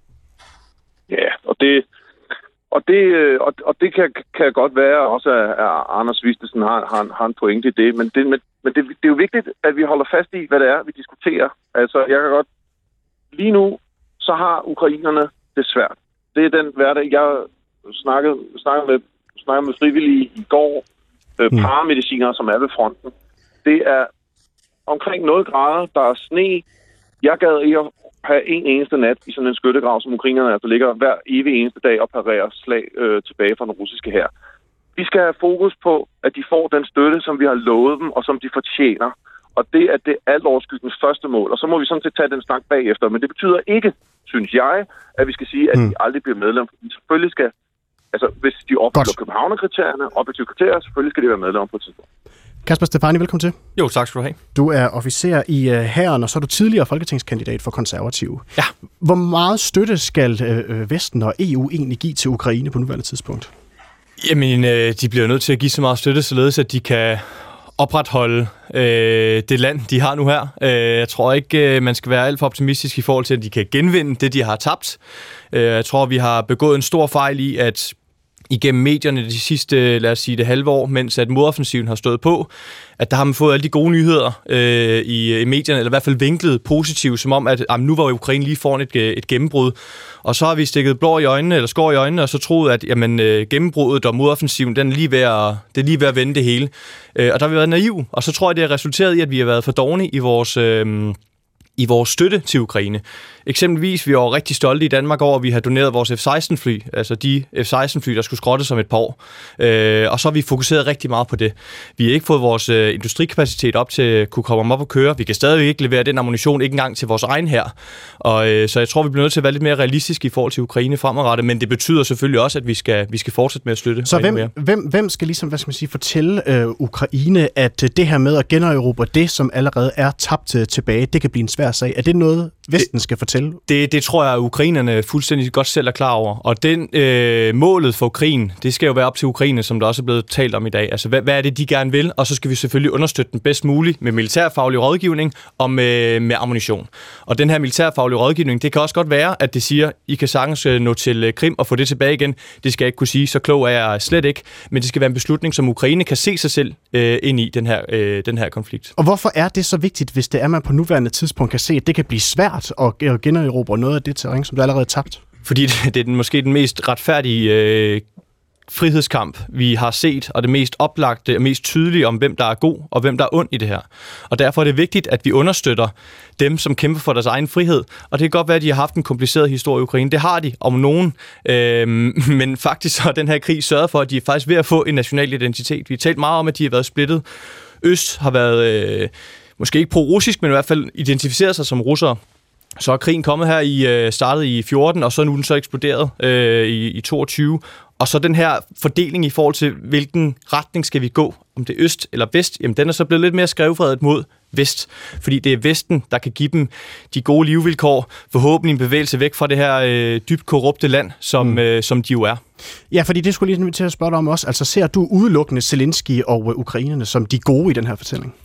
Ja, og det, og det, og, og det kan, kan godt være også, at Anders Vistesen har, har, har en pointe i det, men, det, men, men det, det er jo vigtigt, at vi holder fast i, hvad det er, vi diskuterer. Altså, jeg kan godt... Lige nu, så har ukrainerne det svært. Det er den hverdag, jeg snakkede, snakkede med snakkede med frivillige i går, øh, paramedicinere, som er ved fronten. Det er omkring nul grader, der er sne. Jeg gad ikke at have en eneste nat i sådan en skyttegrav, som ukrainerne altså ligger hver evig eneste dag og parerer slag øh, tilbage fra den russiske hær. Vi skal have fokus på, at de får den støtte, som vi har lovet dem, og som de fortjener. Og det er det alt overskyggende første mål. Og så må vi sådan set tage den snak bagefter. Men det betyder ikke, synes jeg, at vi skal sige, at mm. de aldrig bliver medlem. Vi selvfølgelig skal, altså hvis de opfylder Københavner-kriterierne, objektive kriterier, selvfølgelig skal de være medlem på et tidspunkt. Kasper Stefani, velkommen til. Jo, tak skal du have. Du er officer i uh, hæren, og så er du tidligere folketingskandidat for Konservative. Ja. Hvor meget støtte skal uh, Vesten og E U egentlig give til Ukraine på nuværende tidspunkt? Jamen, øh, de bliver nødt til at give så meget støtte, således at de kan opretholde øh, det land, de har nu her. Øh, jeg tror ikke, øh, man skal være alt for optimistisk i forhold til, at de kan genvinde det, de har tabt. Øh, jeg tror, vi har begået en stor fejl i, at igennem medierne de sidste, lad os sige, det halve år, mens at modoffensiven har stået på, at der har man fået alle de gode nyheder øh, i, i medierne, eller i hvert fald vinklet positivt, som om, at jamen, nu var Ukraine lige foran et, et gennembrud. Og så har vi stikket blå i øjnene, eller skår i øjnene, og så troet, at jamen, øh, gennembruddet og modoffensiven, den er lige ved at, det er lige ved at vende det hele. Øh, og der har vi været naiv, og så tror jeg, det har resulteret i, at vi har været for dårlige i vores... Øh, i vores støtte til Ukraine. Eksempelvis, vi var rigtig stolte i Danmark over, at vi har doneret vores F seksten fly, altså de F seksten fly, der skulle skrottes om et par år. Øh, og så har vi fokuseret rigtig meget på det. Vi har ikke fået vores øh, industrikapacitet op til at kunne komme op og køre. Vi kan stadig ikke levere den ammunition, ikke engang til vores egen hær. Og øh, så jeg tror, vi bliver nødt til at være lidt mere realistiske i forhold til Ukraine fremadrettet, men det betyder selvfølgelig også, at vi skal, vi skal fortsætte med at støtte. Så hvem, hvem, hvem skal ligesom, hvad skal man sige, fortælle øh, Ukraine, at det her med at generobre det, som allerede er tabt øh, tilbage, det kan blive en svær sag? Er det noget, Vesten skal fortælle? Det, det tror jeg, at ukrainerne fuldstændig godt selv er klar over. Og den øh, målet for krigen, det skal jo være op til Ukraine, som der også er blevet talt om i dag. Altså, hvad, hvad er det, de gerne vil? Og så skal vi selvfølgelig understøtte den bedst muligt med militærfaglig rådgivning og med, med ammunition. Og den her militærfaglige rådgivning, det kan også godt være, at det siger, I kan sagtens nå til Krim og få det tilbage igen. Det skal jeg ikke kunne sige, så klog er jeg slet ikke. Men det skal være en beslutning, som Ukraine kan se sig selv øh, ind i den her, øh, den her konflikt. Og hvorfor er det så vigtigt, hvis det er, man på nuværende tidspunkt kan se, at det kan blive svært at generobre noget af det terræn, som der allerede er tabt? Fordi det er den, måske den mest retfærdige øh, frihedskamp, vi har set, og det mest oplagte og mest tydelige om, hvem der er god og hvem der er ond i det her. Og derfor er det vigtigt, at vi understøtter dem, som kæmper for deres egen frihed. Og det kan godt være, at de har haft en kompliceret historie i Ukraine. Det har de om nogen. Øhm, men faktisk har den her krig sørget for, at de er faktisk ved at få en national identitet. Vi har talt meget om, at de har været splittet. Øst har været... Øh, måske ikke pro-russisk, men i hvert fald identificeret sig som russere. Så er krigen kommet her i startet i fjorten, og så er nu den så eksploderet øh, i, i toogtyve. Og så den her fordeling i forhold til, hvilken retning skal vi gå, om det er øst eller vest, jamen den er så blevet lidt mere skrevfredet mod vest. Fordi det er Vesten, der kan give dem de gode levevilkår, forhåbentlig en bevægelse væk fra det her øh, dybt korrupte land, som, mm. øh, som de jo er. Ja, fordi det skulle lige til at spørge dig om også. Altså ser du udelukkende Zelensky og øh, ukrainerne som de gode i den her fortælling?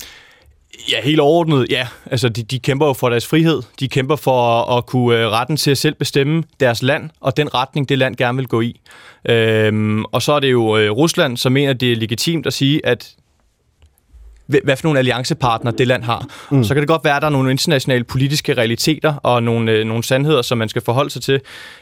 Ja, helt overordnet, ja. Altså, de, de kæmper jo for deres frihed. De kæmper for at, at kunne retten til at selv bestemme deres land, og den retning, det land gerne vil gå i. Øhm, og så er det jo øh, Rusland, som mener, det er legitimt at sige, at hvad for nogle alliancepartnere det land har. Mm. Så kan det godt være, at der er nogle internationale politiske realiteter og nogle, øh, nogle sandheder, som man skal forholde sig til.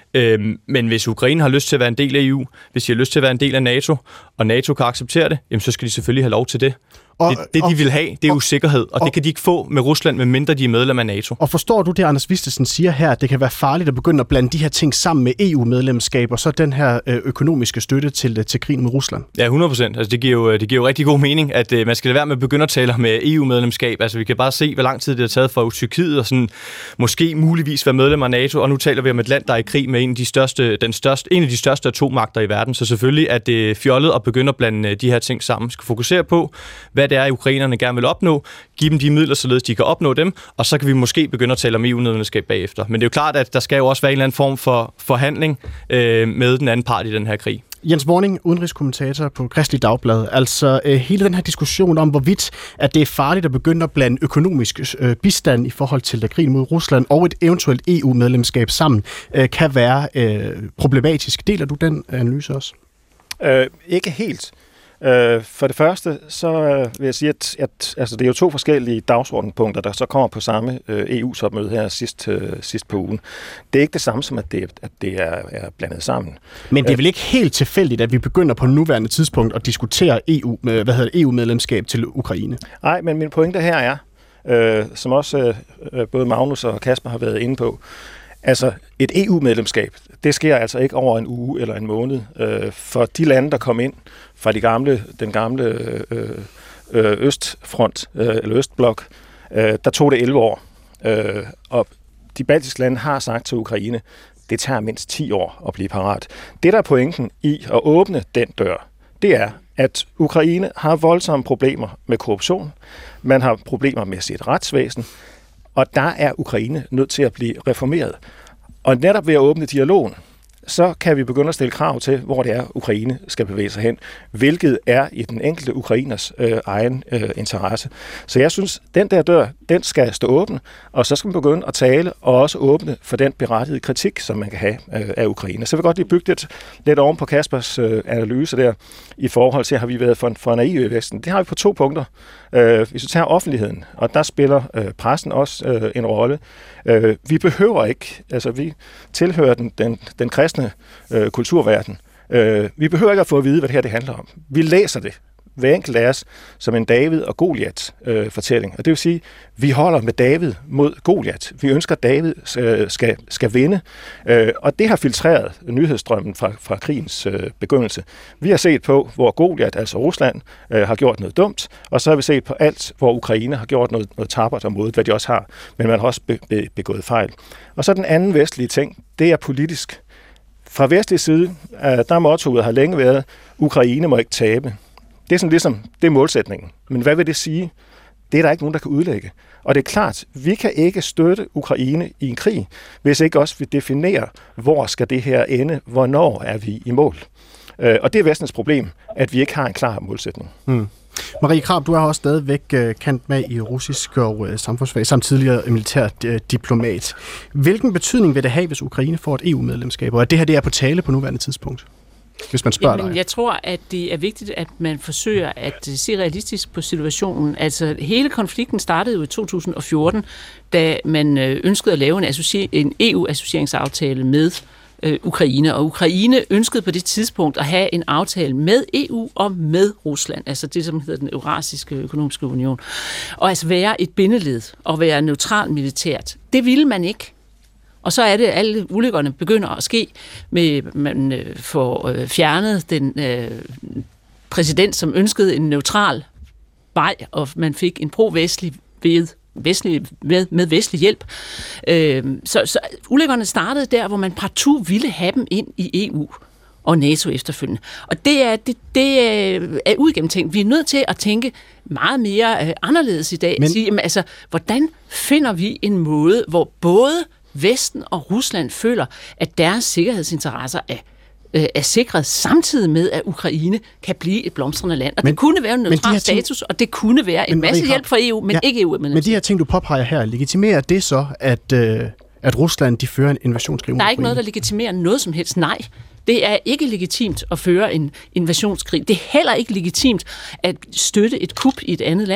Øhm, men hvis Ukraine har lyst til at være en del af E U, hvis de har lyst til at være en del af NATO, og NATO kan acceptere det, jamen så skal de selvfølgelig have lov til det. Og, det, det, de vil have, det er usikkerhed, og, og det kan de ikke få med Rusland, medmindre de er medlem af NATO. Og forstår du det, Anders Vistesen siger her, at det kan være farligt at begynde at blande de her ting sammen med E U-medlemskab, og så den her økonomiske støtte til, til krigen med Rusland? Ja, hundrede procent. Altså, det, giver jo, det giver jo rigtig god mening, at uh, man skal lade være med at begynde at tale med E U-medlemskab. Altså, vi kan bare se, hvor lang tid det har taget for Tyrkiet, og sådan, måske muligvis være medlem af NATO, og nu taler vi om et land, der er i krig med en af de største, den største, en af de største atomagter i verden. Så selvfølgelig er det fjollet at begynde at blande de her ting sammen. Vi skal fokusere på, hvad det er, ukrainerne gerne vil opnå, give dem de midler, således de kan opnå dem, og så kan vi måske begynde at tale om E U-medlemskab bagefter. Men det er jo klart, at der skal jo også være en eller anden form for forhandling øh, med den anden part i den her krig. Jens Morning, udenrigskommentator på Kristeligt Dagblad. Altså øh, hele den her diskussion om, hvorvidt at det er farligt at begynde at blande økonomisk øh, bistand i forhold til krigen mod Rusland og et eventuelt E U-medlemskab sammen, øh, kan være øh, problematisk. Deler du den analyse også? Øh, ikke helt. Øh, for det første, så øh, vil jeg sige, at, at altså, det er jo to forskellige dagsordenspunkter, der så kommer på samme øh, E U-topmøde her sidst, øh, sidst på ugen. Det er ikke det samme som, at det, at det er, er blandet sammen. Men det er vel ikke helt tilfældigt, at vi begynder på nuværende tidspunkt at diskutere E U, hvad hedder det, E U-medlemskab til Ukraine? Nej, men min pointe her er, øh, som også øh, både Magnus og Kasper har været inde på, altså et E U-medlemskab, det sker altså ikke over en uge eller en måned. Øh, for de lande, der kom ind fra de gamle, den gamle øh, øh, østfront, øh, eller østblok, øh, der tog det elleve år. Øh, og de baltiske lande har sagt til Ukraine, det tager mindst ti år at blive parat. Det, der er pointen i at åbne den dør, det er, at Ukraine har voldsomme problemer med korruption. Man har problemer med sit retsvæsen, og der er Ukraine nødt til at blive reformeret. Og netop ved at åbne dialogen, så kan vi begynde at stille krav til, hvor det er, Ukraine skal bevæge sig hen, hvilket er i den enkelte ukrainers øh, egen øh, interesse. Så jeg synes, den der dør, den skal stå åben, og så skal man begynde at tale og også åbne for den berettigede kritik, som man kan have øh, af Ukraine. Så jeg vil godt lige bygge lidt, lidt oven på Kaspers øh, analyse der, i forhold til, har vi været for, for naive i Vesten. Det har vi på to punkter. Øh, hvis vi tager offentligheden, og der spiller øh, pressen også øh, en rolle. Øh, vi behøver ikke, altså vi tilhører den, den, den kristne øh, kulturverden. Øh, vi behøver ikke at få at vide, hvad det her det handler om. Vi læser det, hver enkelt af os, som en David og Goliat øh, fortælling. Og det vil sige, vi holder med David mod Goliat. Vi ønsker, at David øh, skal, skal vinde. Øh, og det har filtreret nyhedsstrømmen fra, fra krigens øh, begyndelse. Vi har set på, hvor Goliat, altså Rusland, øh, har gjort noget dumt, og så har vi set på alt, hvor Ukraine har gjort noget, noget tappert og modigt, hvad de også har, men man har også be, be, begået fejl. Og så den anden vestlige ting, det er politisk. Fra vestlig side, øh, der mottoet har længe været, Ukraine må ikke tabe. Det er sådan ligesom, det er målsætningen. Men hvad vil det sige? Det er der ikke nogen, der kan udlægge. Og det er klart, vi kan ikke støtte Ukraine i en krig, hvis ikke også vi definerer, hvor skal det her ende, hvornår er vi i mål. Og det er Vestens problem, at vi ikke har en klar målsætning. Hmm. Marie Krarup, du er også stadigvæk kendt med i russisk og samfundsfag, samt tidligere militær diplomat. Hvilken betydning vil det have, hvis Ukraine får et E U-medlemskab, og at det her det er på tale på nuværende tidspunkt? Hvis man spørger Jamen, dig. Jeg tror, at det er vigtigt, at man forsøger at se realistisk på situationen. Altså, hele konflikten startede jo i to tusind og fjorten, da man ønskede at lave en, associ- en E U-associeringsaftale med øh, Ukraine. Og Ukraine ønskede på det tidspunkt at have en aftale med E U og med Rusland, altså det, som hedder den Eurasiske Økonomiske Union. Og altså være et bindeled og være neutral militært. Det ville man ikke. Og så er det, at alle ulykkerne begynder at ske, med man øh, får øh, fjernet den øh, præsident, som ønskede en neutral vej, og man fik en pro-vestlig ved, vestlig, med, med vestlig hjælp. Øh, så, så ulykkerne startede der, hvor man partout ville have dem ind i E U og NATO efterfølgende. Og det er, det, det er uigennemtænkt. Vi er nødt til at tænke meget mere øh, anderledes i dag. Men... Sige, jamen, altså, hvordan finder vi en måde, hvor både Vesten og Rusland føler, at deres sikkerhedsinteresser er, øh, er sikret samtidig med, at Ukraine kan blive et blomstrende land. Og men, det kunne være en neutral de status, ting, og det kunne være en masse hjælp fra E U, men ja, ikke E U. Men, men de her ting, du påpeger her, legitimerer det så, at, øh, at Rusland de fører en invasionskrig? Der er ikke noget, der legitimerer noget som helst. Nej. Det er ikke legitimt at føre en invasionskrig. Det er heller ikke legitimt at støtte et kup i et andet land.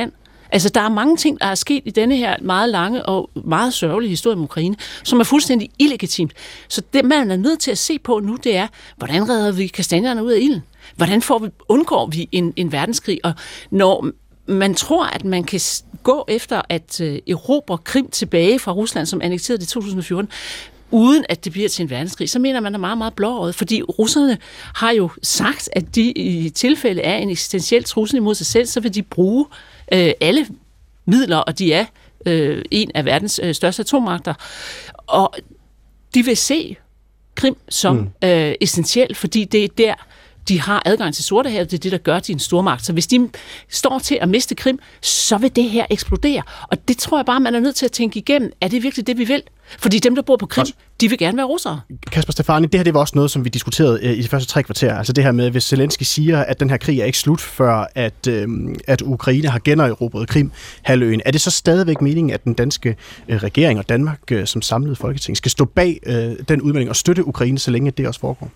Altså, der er mange ting, der er sket i denne her meget lange og meget sørgelige historie om Ukraine, som er fuldstændig illegitimt. Så det, man er nødt til at se på nu, det er, hvordan redder vi kastanjerne ud af ilden? Hvordan får vi, undgår vi en, en verdenskrig? Og når man tror, at man kan gå efter at øh, erobre Krim tilbage fra Rusland, som annekterede det i to tusind og fjorten, uden at det bliver til en verdenskrig, så mener man er meget, meget blåøjet, fordi russerne har jo sagt, at de i tilfælde af en eksistentiel trussel imod sig selv, så vil de bruge øh, alle midler, og de er øh, en af verdens øh, største atommagter. Og de vil se Krim som mm. øh, essentiel, fordi det er der, de har adgang til Sortehavet, det er det, der gør, de en stormagt. Så hvis de står til at miste Krim, så vil det her eksplodere. Og det tror jeg bare, man er nødt til at tænke igennem. Er det virkelig det, vi vil? Fordi dem, der bor på Krim, de vil gerne være russere. Kasper Stefani, det her det var også noget, som vi diskuterede øh, i de første tre kvarter. Altså det her med, hvis Zelensky siger, at den her krig er ikke slut, før at, øh, at Ukraine har generobret Krim-halvøen. Er det så stadigvæk meningen, at den danske øh, regering og Danmark øh, som samlet folketing skal stå bag øh, den udmelding og støtte Ukraine, så længe det også foregår?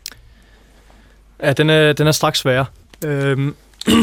Ja, den er, den er straks svær. Øhm,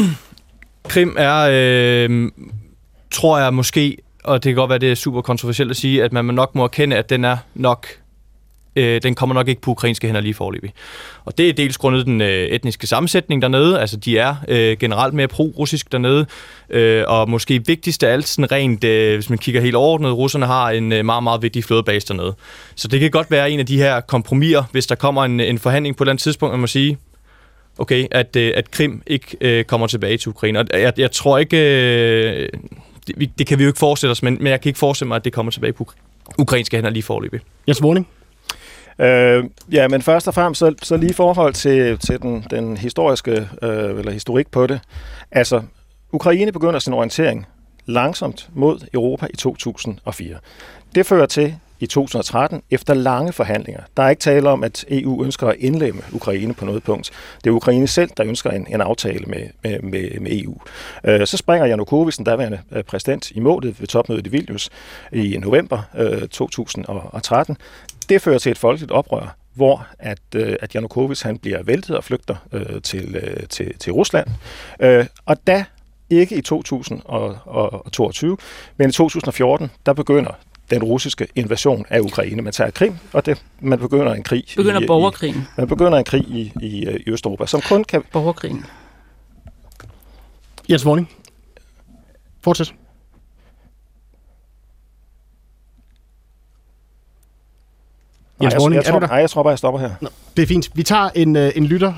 Krim er, øh, tror jeg måske, og det kan godt være, det er super kontroversielt at sige, at man nok må erkende, at den er nok, øh, den kommer nok ikke på ukrainske hænder lige foreløbig. Og det er dels grundet den øh, etniske sammensætning dernede, altså de er øh, generelt mere pro-russisk dernede, øh, og måske vigtigst af alt, sådan rent, øh, hvis man kigger helt overordnet, russerne har en øh, meget, meget vigtig flådebase dernede. Så det kan godt være en af de her kompromiser, hvis der kommer en, en forhandling på et eller andet tidspunkt, man må sige, okay, at, at Krim ikke øh, kommer tilbage til Ukraine. Og jeg, jeg tror ikke, øh, det, det kan vi jo ikke forestille os, men, men jeg kan ikke forestille mig, at det kommer tilbage på ukrainske hænder lige foreløbig. Jens Vorning? Øh, ja, men først og fremmest, så, så lige i forhold til, til den, den historiske, øh, eller historik på det. Altså, Ukraine begynder sin orientering langsomt mod Europa i to tusind og fire. Det fører til, i to tusind og tretten, efter lange forhandlinger. Der er ikke tale om, at E U ønsker at indlemme Ukraine på noget punkt. Det er Ukraine selv, der ønsker en, en aftale med, med, med E U. Øh, så springer Janukovic, den daværende præsident, i målet ved topmødet i Vilnius i november øh, to tusind og tretten. Det fører til et folkeligt oprør, hvor at, øh, at Janukovic han bliver væltet og flygter øh, til, øh, til, til Rusland. Øh, og da, ikke i to tusind og toogtyve, men i to tusind og fjorten, der begynder den russiske invasion af Ukraine. Man tager Krim, og det, man begynder en krig. Begynder i, borgerkrigen. I, man begynder en krig i, i, i Østeuropa, som kun kan... Borgerkrigen. Jens Vorning. Fortsæt. Jens Vorning, er du der? Nej, jeg tror bare, jeg stopper her. Nå, det er fint. Vi tager en, en lytter.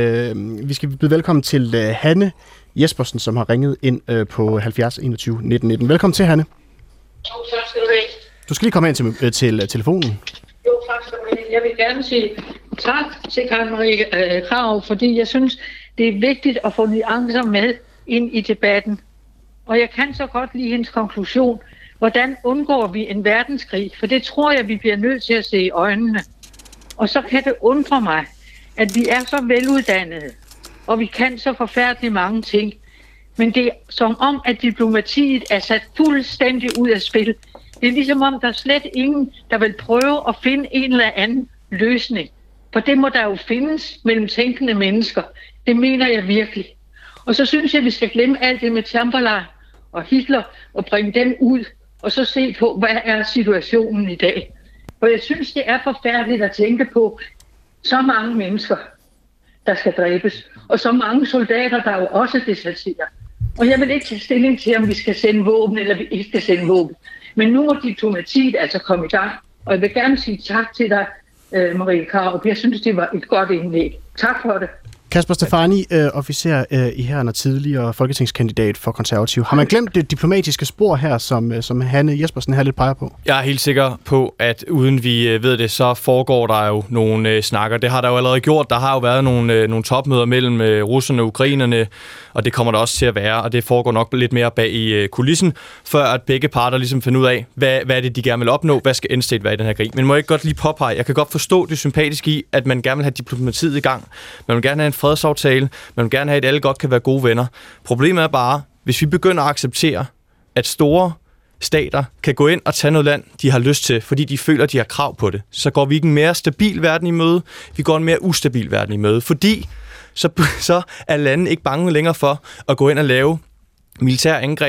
Øh, vi skal byde velkommen til uh, Hanne Jespersen, som har ringet ind uh, på halvfjerds enogtyve nitten nitten. Velkommen til, Hanne. Jo, tak skal du have. Du skal lige komme ind til, øh, til uh, telefonen. Jo, tak skal du have. Jeg vil gerne sige tak til Karen Marie øh, Krarup, fordi jeg synes, det er vigtigt at få nuancer med ind i debatten. Og jeg kan så godt lide hendes konklusion. Hvordan undgår vi en verdenskrig? For det tror jeg, vi bliver nødt til at se i øjnene. Og så kan det undre mig, at vi er så veluddannede, og vi kan så forfærdeligt mange ting. Men det er som om, at diplomatiet er sat fuldstændig ud af spil. Det er ligesom om, der er slet ingen, der vil prøve at finde en eller anden løsning. For det må der jo findes mellem tænkende mennesker. Det mener jeg virkelig. Og så synes jeg, at vi skal glemme alt det med Chamberlain og Hitler og bringe dem ud. Og så se på, hvad er situationen i dag. For jeg synes, det er forfærdeligt at tænke på så mange mennesker, der skal dræbes. Og så mange soldater, der jo også deserterer. Og jeg vil ikke tage stilling til, om vi skal sende våben, eller vi ikke skal sende våben. Men nu må diplomatiet altså komme i gang. Og jeg vil gerne sige tak til dig, Marie Krarup. Jeg synes, det var et godt indlæg. Tak for det. Kasper Stefani, øh, officer øh, i hæren og tidligere folketingskandidat for Konservativ. Har man glemt det diplomatiske spor her, som, øh, som Hanne Jespersen her lidt peger på? Jeg er helt sikker på, at uden vi øh, ved det, så foregår der jo nogle øh, snakker. Det har der jo allerede gjort. Der har jo været nogle, øh, nogle topmøder mellem øh, russerne og ukrainerne, og det kommer der også til at være, og det foregår nok lidt mere bag i øh, kulissen, før at begge parter ligesom finder ud af, hvad, hvad er det, de gerne vil opnå, hvad skal endstate være i den her krig. Men må jeg ikke godt lige påpege, jeg kan godt forstå det sympatiske i, at man gerne vil have diplomatiet i gang. Man vil gerne have en fredsaftale, man vil gerne have, at alle godt kan være gode venner. Problemet er bare, hvis vi begynder at acceptere, at store stater kan gå ind og tage noget land, de har lyst til, fordi de føler, de har krav på det, så går vi ikke en mere stabil verden i møde, vi går en mere ustabil verden i møde, fordi så, så er landene ikke bange længere for at gå ind og lave militære angreb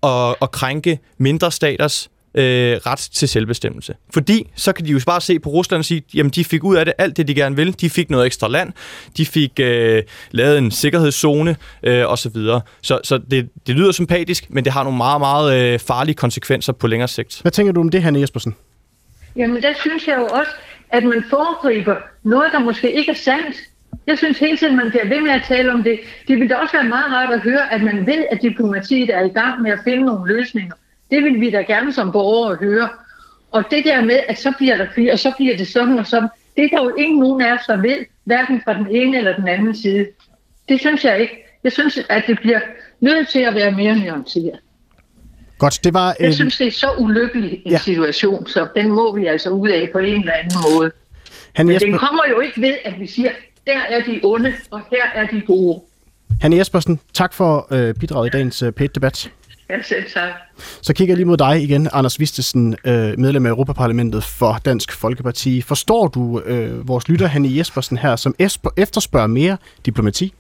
at, at krænke mindre staters øh, ret til selvbestemmelse. Fordi så kan de jo bare se på Rusland og sige, jamen de fik ud af det alt det, de gerne vil. De fik noget ekstra land, de fik øh, lavet en sikkerhedszone øh, osv. Så, så det, det lyder sympatisk, men det har nogle meget, meget øh, farlige konsekvenser på længere sigt. Hvad tænker du om det, Hanne Jespersen? Jamen der synes jeg jo også, at man foregriber noget, der måske ikke er sandt. Jeg synes hele tiden, man bliver ved med at tale om det. Det ville da også være meget rart at høre, at man ved, at diplomatiet er i gang med at finde nogle løsninger. Det vil vi da gerne som borgere høre. Og det der med, at så bliver der krig, og så bliver det sådan og sådan, det er der jo ingen nogen af os, der ved, hverken fra den ene eller den anden side. Det synes jeg ikke. Jeg synes, at det bliver nødt til at være mere nuanceret. Godt, det var... Jeg øh... synes, det er så ulykkelig en ja. situation, så den må vi altså ud af på en eller anden måde. Hanne Men Jesper... den kommer jo ikke ved, at vi siger, der er de onde, og her er de gode. Hanne Jespersen, tak for øh, bidraget i dagens øh, P et-debat. Ja, selv tak. Så kigger jeg lige mod dig igen, Anders Vistesen, øh, medlem af Europaparlamentet for Dansk Folkeparti. Forstår du øh, vores lytter, Hanne Jespersen her, som efterspørger mere diplomati?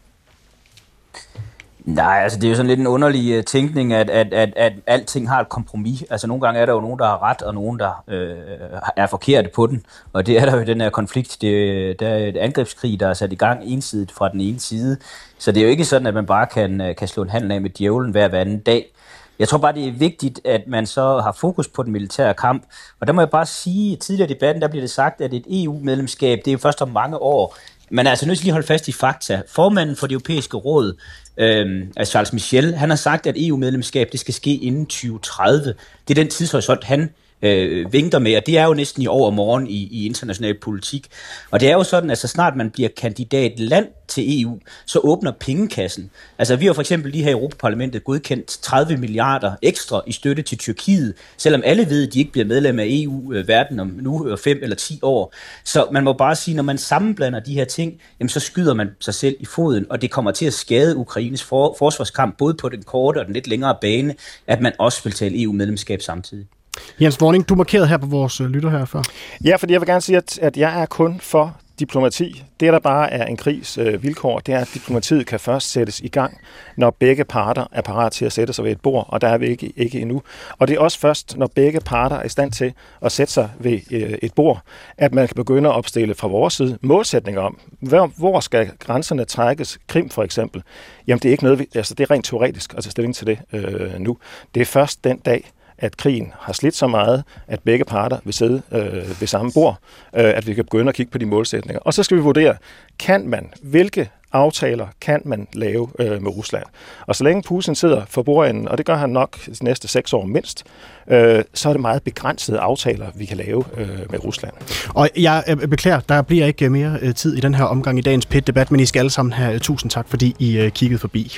Nej, altså det er jo sådan lidt en underlig uh, tænkning, at, at, at, at alting har et kompromis. Altså nogle gange er der jo nogen, der har ret, og nogen, der øh, er forkerte på den. Og det er der jo i den her konflikt. Det, der er et angrebskrig, der er sat i gang ensidigt fra den ene side. Så det er jo ikke sådan, at man bare kan, kan slå en handel af med djævlen hver, hver anden dag. Jeg tror bare, det er vigtigt, at man så har fokus på den militære kamp. Og der må jeg bare sige, at tidligere i debatten, der bliver det sagt, at et E U-medlemskab, det er jo først om mange år. Man er altså nødt til lige at holde fast i fakta. Formanden for det europæiske råd, øh, altså Charles Michel, han har sagt, at E U-medlemskab det skal ske inden tyve tredive. Det er den tidshorisont, han øh, vinker med, og det er jo næsten i overmorgen i, i international politik. Og det er jo sådan, at så snart man bliver kandidatland til E U, så åbner pengekassen. Altså vi har for eksempel lige her i Europaparlamentet godkendt tredive milliarder ekstra i støtte til Tyrkiet, selvom alle ved, at de ikke bliver medlem af E U-verden om nu fem eller ti år. Så man må bare sige, når man sammenblander de her ting, jamen så skyder man sig selv i foden, og det kommer til at skade Ukraines for- forsvarskamp, både på den korte og den lidt længere bane, at man også vil tale E U-medlemskab samtidig. Jens Worning, du markerede her på vores lytter her før. Ja, fordi jeg vil gerne sige, at, at jeg er kun for diplomati. Det, der bare er en krigs øh, vilkår, det er, at diplomatiet kan først sættes i gang, når begge parter er parat til at sætte sig ved et bord, og der er vi ikke, ikke endnu. Og det er også først, når begge parter er i stand til at sætte sig ved øh, et bord, at man kan begynde at opstille fra vores side målsætninger om, hvor, hvor skal grænserne trækkes? Krim for eksempel. Jamen, det er ikke noget, vi, altså det er rent teoretisk at tage stilling til det øh, nu. Det er først den dag, at krigen har slidt så meget, at begge parter vil sidde øh, ved samme bord, øh, at vi kan begynde at kigge på de målsætninger. Og så skal vi vurdere, kan man, hvilke aftaler kan man lave øh, med Rusland? Og så længe Putin sidder for bordenden, og det gør han nok de næste seks år mindst, øh, så er det meget begrænsede aftaler, vi kan lave øh, med Rusland. Og jeg beklager, der bliver ikke mere øh, tid i den her omgang i dagens P et-debat, men I skal alle sammen have tusind tak, fordi I øh, kiggede forbi.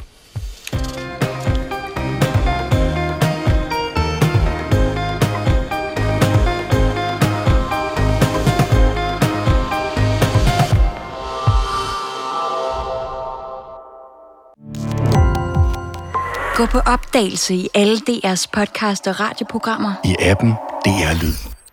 Gå på opdagelse i alle D R's podcast og radioprogrammer. I appen D R Lyd.